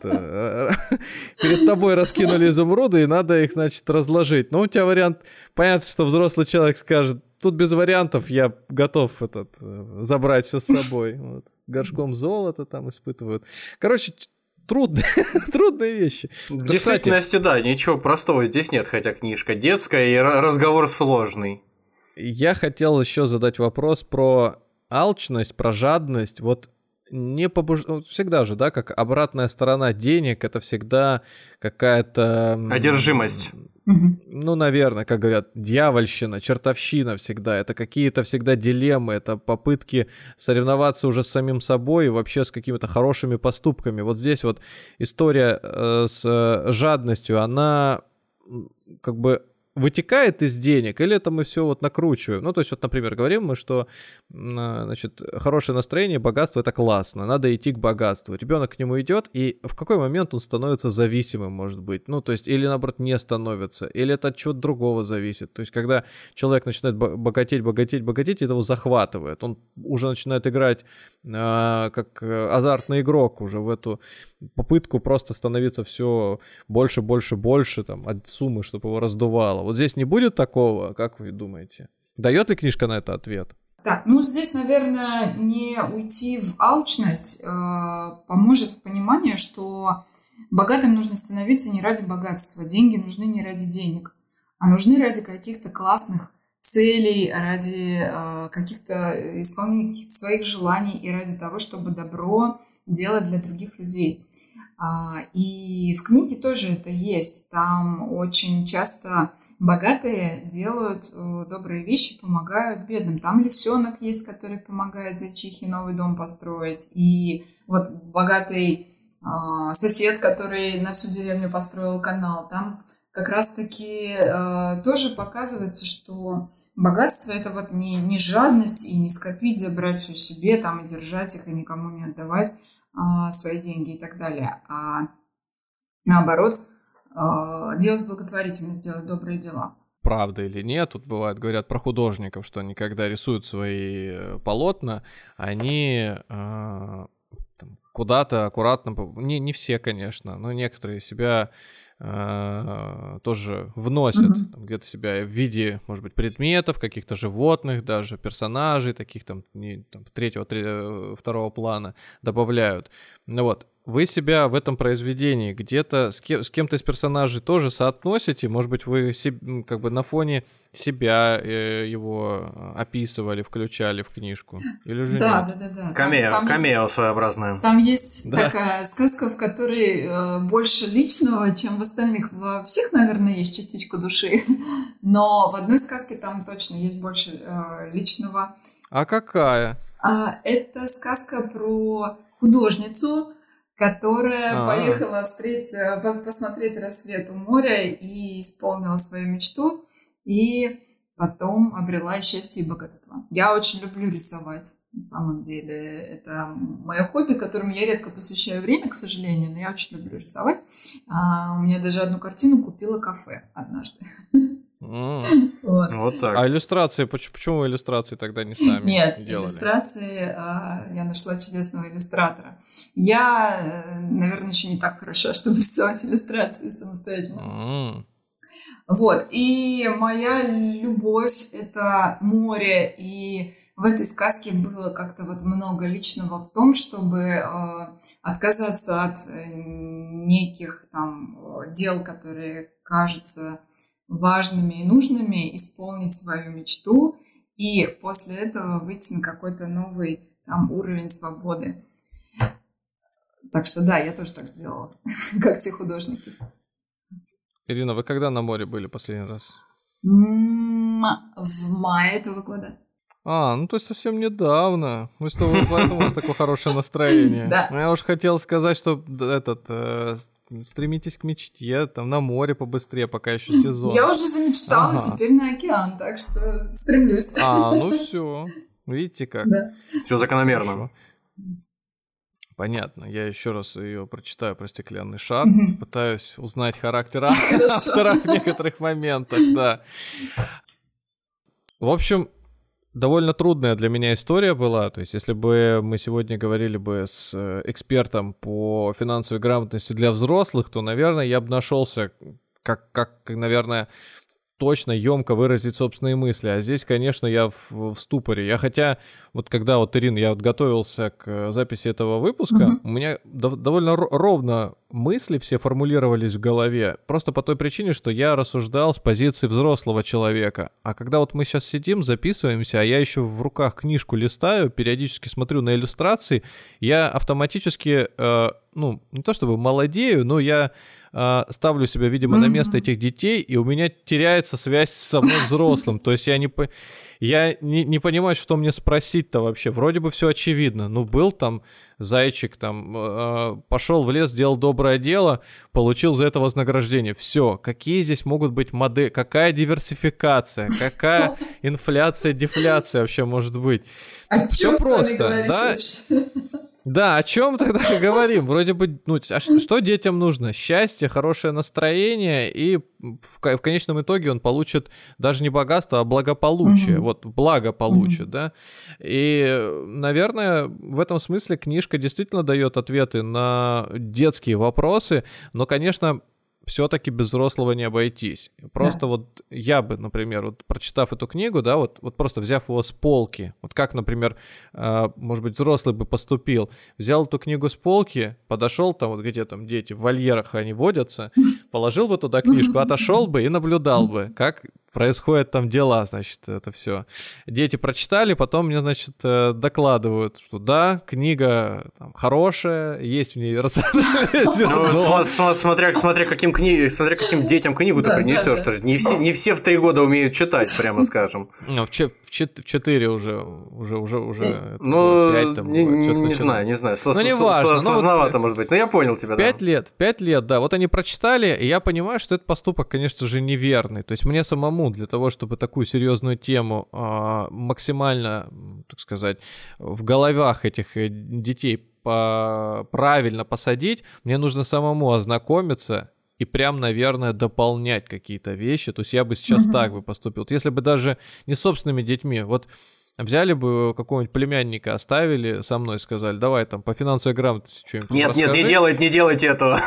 B: Перед тобой раскинули изумруды, и надо их, значит, разложить. Ну у тебя вариант, понятно, что взрослый человек скажет, тут без вариантов, я готов этот, забрать все с собой. Вот. Горшком золота там испытывают. Короче, Трудные, трудные вещи.
C: В Кстати, действительности, да, ничего простого здесь нет, хотя книжка детская и разговор сложный.
B: Я хотел еще задать вопрос про алчность, про жадность. Вот не побуж... всегда же, да, как обратная сторона денег, это всегда какая-то...
C: Одержимость.
B: Ну, наверное, как говорят, дьявольщина, чертовщина всегда. Это какие-то всегда дилеммы, это попытки соревноваться уже с самим собой и вообще с какими-то хорошими поступками. Вот здесь вот история э, с жадностью, она как бы вытекает из денег, или это мы все вот накручиваем? Ну, то есть вот, например, говорим мы, что, значит, хорошее настроение, богатство — это классно, надо идти к богатству. Ребенок к нему идет, и в какой момент он становится зависимым, может быть? Ну, то есть, или, наоборот, не становится, или это от чего-то другого зависит. То есть, когда человек начинает богатеть, богатеть, богатеть, это его захватывает. Он уже начинает играть э, как азартный игрок уже в эту попытку просто становиться все больше, больше, больше, там, от суммы, чтобы его раздувало. Вот здесь не будет такого, как вы думаете? Дает ли книжка на это ответ?
D: Так, ну здесь, наверное, не уйти в алчность э, поможет в понимании, что богатым нужно становиться не ради богатства. Деньги нужны не ради денег, а нужны ради каких-то классных целей, ради э, каких-то исполнения каких-то своих желаний и ради того, чтобы добро делать для других людей. И в книге тоже это есть. Там очень часто богатые делают добрые вещи, помогают бедным. Там лисенок есть, который помогает зайчихе новый дом построить. И вот богатый сосед, который на всю деревню построил канал, там как раз-таки тоже показывается, что богатство — это вот не, не жадность и не скопить, забрать все себе там, и держать их, и никому не отдавать свои деньги и так далее, а наоборот, делать благотворительность, делать добрые дела.
B: Правда или нет, тут бывает, говорят про художников, что они, когда рисуют свои полотна, они э, там, куда-то аккуратно, не, не все, конечно, но некоторые себя э, тоже вносят, mm-hmm. там, где-то себя в виде, может быть, предметов, каких-то животных, даже персонажей, таких там, не, там третьего, третьего, второго плана добавляют. Ну вот, вы себя в этом произведении где-то с, кем- с кем-то из персонажей тоже соотносите? Может быть, вы себ- как бы на фоне себя э, его описывали, включали в книжку? Или же
D: да,
B: нет?
D: да, да, да.
C: Камео,
D: там, там,
C: камео своеобразное.
D: Там есть
B: да.
D: такая сказка, в которой э, больше личного, чем в остальных. Во всех, наверное, есть частичка души, но в одной сказке там точно есть больше э, личного.
B: А какая?
D: А, это сказка про художницу, которая
B: А-а-а.
D: поехала встретить, посмотреть рассвет у моря и исполнила свою мечту, и потом обрела счастье и богатство. Я очень люблю рисовать. На самом деле, это мое хобби, которому я редко посвящаю время, к сожалению, но я очень люблю рисовать. А, у меня даже одну картину купила кафе однажды.
B: Mm.
D: Вот.
C: Вот так.
B: А иллюстрации, почему, почему иллюстрации тогда не сами
D: Нет,
B: делали?
D: иллюстрации, а, я нашла чудесного иллюстратора. Я, наверное, еще не так хороша, чтобы рисовать иллюстрации самостоятельно.
B: Mm.
D: Вот, и моя любовь — это море, и в этой сказке было как-то вот много личного в том, чтобы э, отказаться от э, неких там дел, которые кажутся важными и нужными, исполнить свою мечту и после этого выйти на какой-то новый там уровень свободы. Так что да, я тоже так сделала, как те художники.
B: Ирина, вы когда на море были последний раз?
D: В мае этого года.
B: А, ну то есть совсем недавно. Ну что, вот поэтому у вас такое хорошее настроение.
D: Да.
B: Я уж хотел сказать, что этот э, стремитесь к мечте, там на море побыстрее, пока еще сезон.
D: Я уже замечтала,
B: Ага.
D: теперь на океан, так что стремлюсь.
B: А, ну все. Видите как?
D: Да.
C: Все закономерно.
B: Хорошо. Понятно. Я еще раз ее прочитаю про стеклянный шар.
D: Мгм.
B: Пытаюсь узнать характер автора в некоторых моментах, да. В общем, довольно трудная для меня история была. То есть, если бы мы сегодня говорили бы с э, экспертом по финансовой грамотности для взрослых, то, наверное, я бы нашелся, как, как, наверное, точно, емко выразить собственные мысли. А здесь, конечно, я в, в ступоре. Я хотя, вот когда вот, Ирина, я вот готовился к записи этого выпуска,
D: Мгм.
B: у меня дов- довольно ро- ровно мысли все формулировались в голове. Просто по той причине, что я рассуждал с позиции взрослого человека. А когда вот мы сейчас сидим, записываемся, а я еще в руках книжку листаю, периодически смотрю на иллюстрации, я автоматически, э, ну, не то чтобы молодею, но я э, ставлю себя, видимо, на место
D: Мгм.
B: этих детей, и у меня теряется связь со мной взрослым. То есть я не, по- я не, не понимаю, что мне спросить-то вообще. Вроде бы все очевидно. Ну, был там зайчик, там, э, пошел в лес, сделал доброе дело, получил за это вознаграждение. Все. Какие здесь могут быть модели? Какая диверсификация? Какая инфляция, дефляция вообще может быть?
D: О
B: Всё
D: чём с вами
B: просто,
D: говорить
B: да?
D: вообще?
B: Да, о чем тогда говорим? Вроде бы, ну, а что, что детям нужно? Счастье, хорошее настроение, и в, ко- в конечном итоге он получит даже не богатство, а благополучие.
D: Мгм.
B: Вот, благополучие,
D: Мгм.
B: да. И, наверное, в этом смысле книжка действительно дает ответы на детские вопросы, но, конечно, все-таки без взрослого не обойтись. Просто
D: Да.
B: вот я бы, например, вот прочитав эту книгу, да, вот, вот просто взяв его с полки, вот как, например, э, может быть, взрослый бы поступил, взял эту книгу с полки, подошел там, вот где там дети, в вольерах они водятся, положил бы туда книжку, отошел бы и наблюдал бы, как происходят там дела, значит, это все. Дети прочитали, потом мне, значит, э, докладывают, что да, книга там, хорошая, есть в ней рациональное
C: Ну,
B: зерно.
C: сма- сма- смотря, смотря, каким кни... смотря каким детям книгу ты
D: Да,
C: принесешь.
D: да, да.
C: Не все, не все в три года умеют читать, прямо скажем.
B: Ну, в, че- в, чет- в четыре уже, уже, уже, уже. это
C: Ну,
B: пять там
C: не,
B: бывает,
C: не-
B: чё-то
C: не
B: начинает.
C: знаю, не знаю. Сло-
B: Ну, не
C: сло-
B: важно,
C: сло-
B: ну, вот
C: Сложновато, может быть. Но я понял тебя, да.
B: Пять лет, пять лет, да. Вот они прочитали, и я понимаю, что этот поступок, конечно же, неверный. То есть мне самому для того, чтобы такую серьезную тему а, максимально, м, так сказать, в головах этих э, детей по- правильно посадить, мне нужно самому ознакомиться и прям, наверное, дополнять какие-то вещи. То есть я бы сейчас
D: Мгм.
B: так бы поступил. Вот если бы даже не с собственными детьми, вот взяли бы какого-нибудь племянника, оставили со мной, сказали, давай там по финансовой грамотности что-нибудь
C: Нет, нет, не
B: расскажи.
C: делайте, не делайте этого.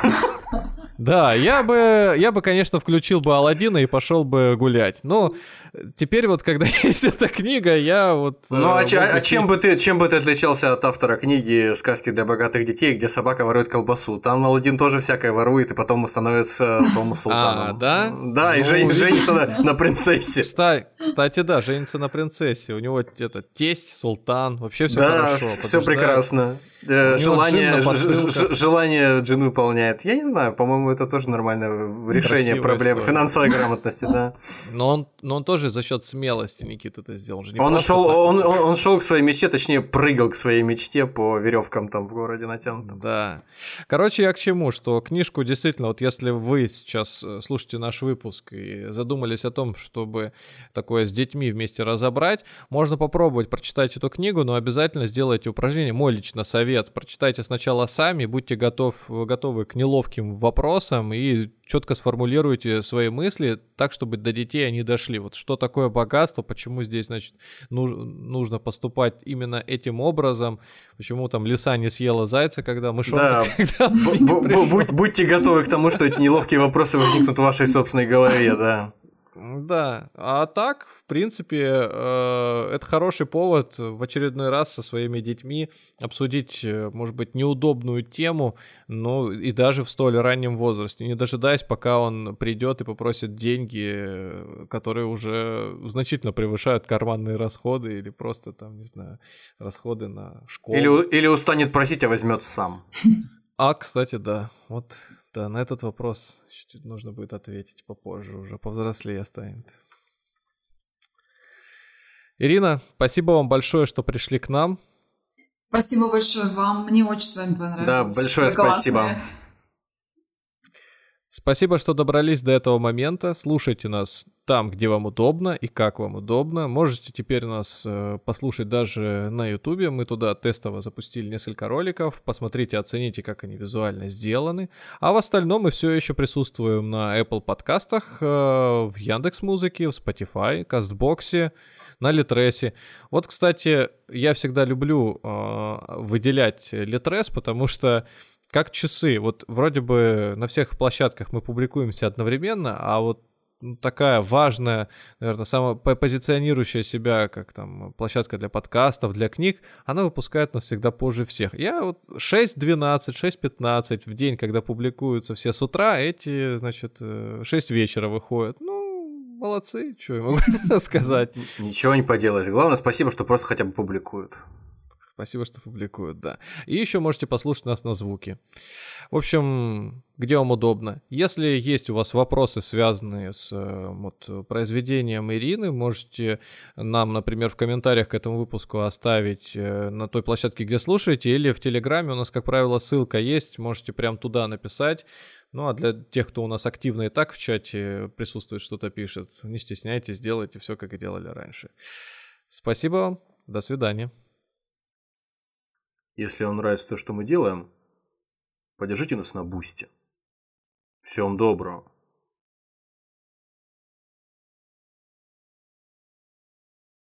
B: Да, я бы, я бы, конечно, включил бы Аладдина и пошел бы гулять. Но теперь вот, когда есть эта книга, я вот...
C: Ну, а,
B: э,
C: че- а
B: могу
C: чем,
B: сесть-
C: бы ты, чем бы ты отличался от автора книги «Сказки для богатых детей», где собака ворует колбасу? Там Аладдин тоже всякое ворует, и потом становится Тому Султаном.
B: А, да?
C: Да, и
B: Ну,
C: жен-
B: видишь.
C: женится на, на принцессе.
B: Кста- Кстати, да, женится на принцессе. У него это тесть, султан, вообще все
C: Да,
B: хорошо.
C: все
B: побеждает.
C: прекрасно. э, желание, ж, ж, желание джин выполняет. Я не знаю, по-моему, это тоже нормальное решение Красивая проблем история. Финансовой грамотности, да.
B: Но он, но он тоже за счет смелости, Никита, это сделал.
C: Он шел, он, он, он шел к своей мечте, точнее, прыгал к своей мечте по веревкам там в городе натянутым.
B: Да. Короче, я к чему, что книжку действительно, вот если вы сейчас слушаете наш выпуск и задумались о том, чтобы такое с детьми вместе разобрать, можно попробовать прочитать эту книгу, но обязательно сделайте упражнение. Мой лично совет: прочитайте сначала сами, будьте готов, готовы к неловким вопросам и четко сформулируйте свои мысли так, чтобы до детей они дошли. Вот что такое богатство, почему здесь, значит, нужно поступать именно этим образом, почему там лиса не съела зайца, когда мышонок...
C: Да, будьте готовы к тому, что эти неловкие вопросы возникнут в вашей собственной голове, да.
B: Да, а так, в принципе, э, это хороший повод в очередной раз со своими детьми обсудить, может быть, неудобную тему, ну и даже в столь раннем возрасте, не дожидаясь, пока он придет и попросит деньги, которые уже значительно превышают карманные расходы или просто там, не знаю, расходы на школу.
C: Или, или устанет просить, а возьмет сам.
B: А, кстати, да, вот... Да, на этот вопрос чуть-чуть нужно будет ответить попозже, уже повзрослее станет. Ирина, спасибо вам большое, что пришли к нам.
D: Спасибо большое вам, мне очень с вами понравилось.
C: Да, большое спасибо.
B: Спасибо, что добрались до этого момента. Слушайте нас там, где вам удобно и как вам удобно. Можете теперь нас э, послушать даже на Ютубе. Мы туда тестово запустили несколько роликов. Посмотрите, оцените, как они визуально сделаны. А в остальном мы все еще присутствуем на Apple подкастах, э, в Яндекс.Музыке, в Spotify, Кастбоксе, на Литресе. Вот, кстати, я всегда люблю э, выделять Литрес, потому что как часы, вот вроде бы на всех площадках мы публикуемся одновременно, а вот такая важная, наверное, самопозиционирующая себя, как там площадка для подкастов, для книг, она выпускает нас всегда позже всех. Я вот шесть двенадцать, шесть пятнадцать в день, когда публикуются все с утра, эти, значит, шесть вечера выходят. Ну, молодцы, что я могу сказать.
C: Ничего не поделаешь. Главное, спасибо, что просто хотя бы публикуют.
B: Спасибо, что публикуют, да. И еще можете послушать нас на звуке. В общем, где вам удобно. Если есть у вас вопросы, связанные с вот, произведением Ирины, можете нам, например, в комментариях к этому выпуску оставить на той площадке, где слушаете, или в Телеграме у нас, как правило, ссылка есть, можете прям туда написать. Ну, а для тех, кто у нас активно и так в чате присутствует, что-то пишет, не стесняйтесь, делайте все, как и делали раньше. Спасибо вам, до свидания.
C: Если вам нравится то, что мы делаем, поддержите нас на Бусти. Всем доброго.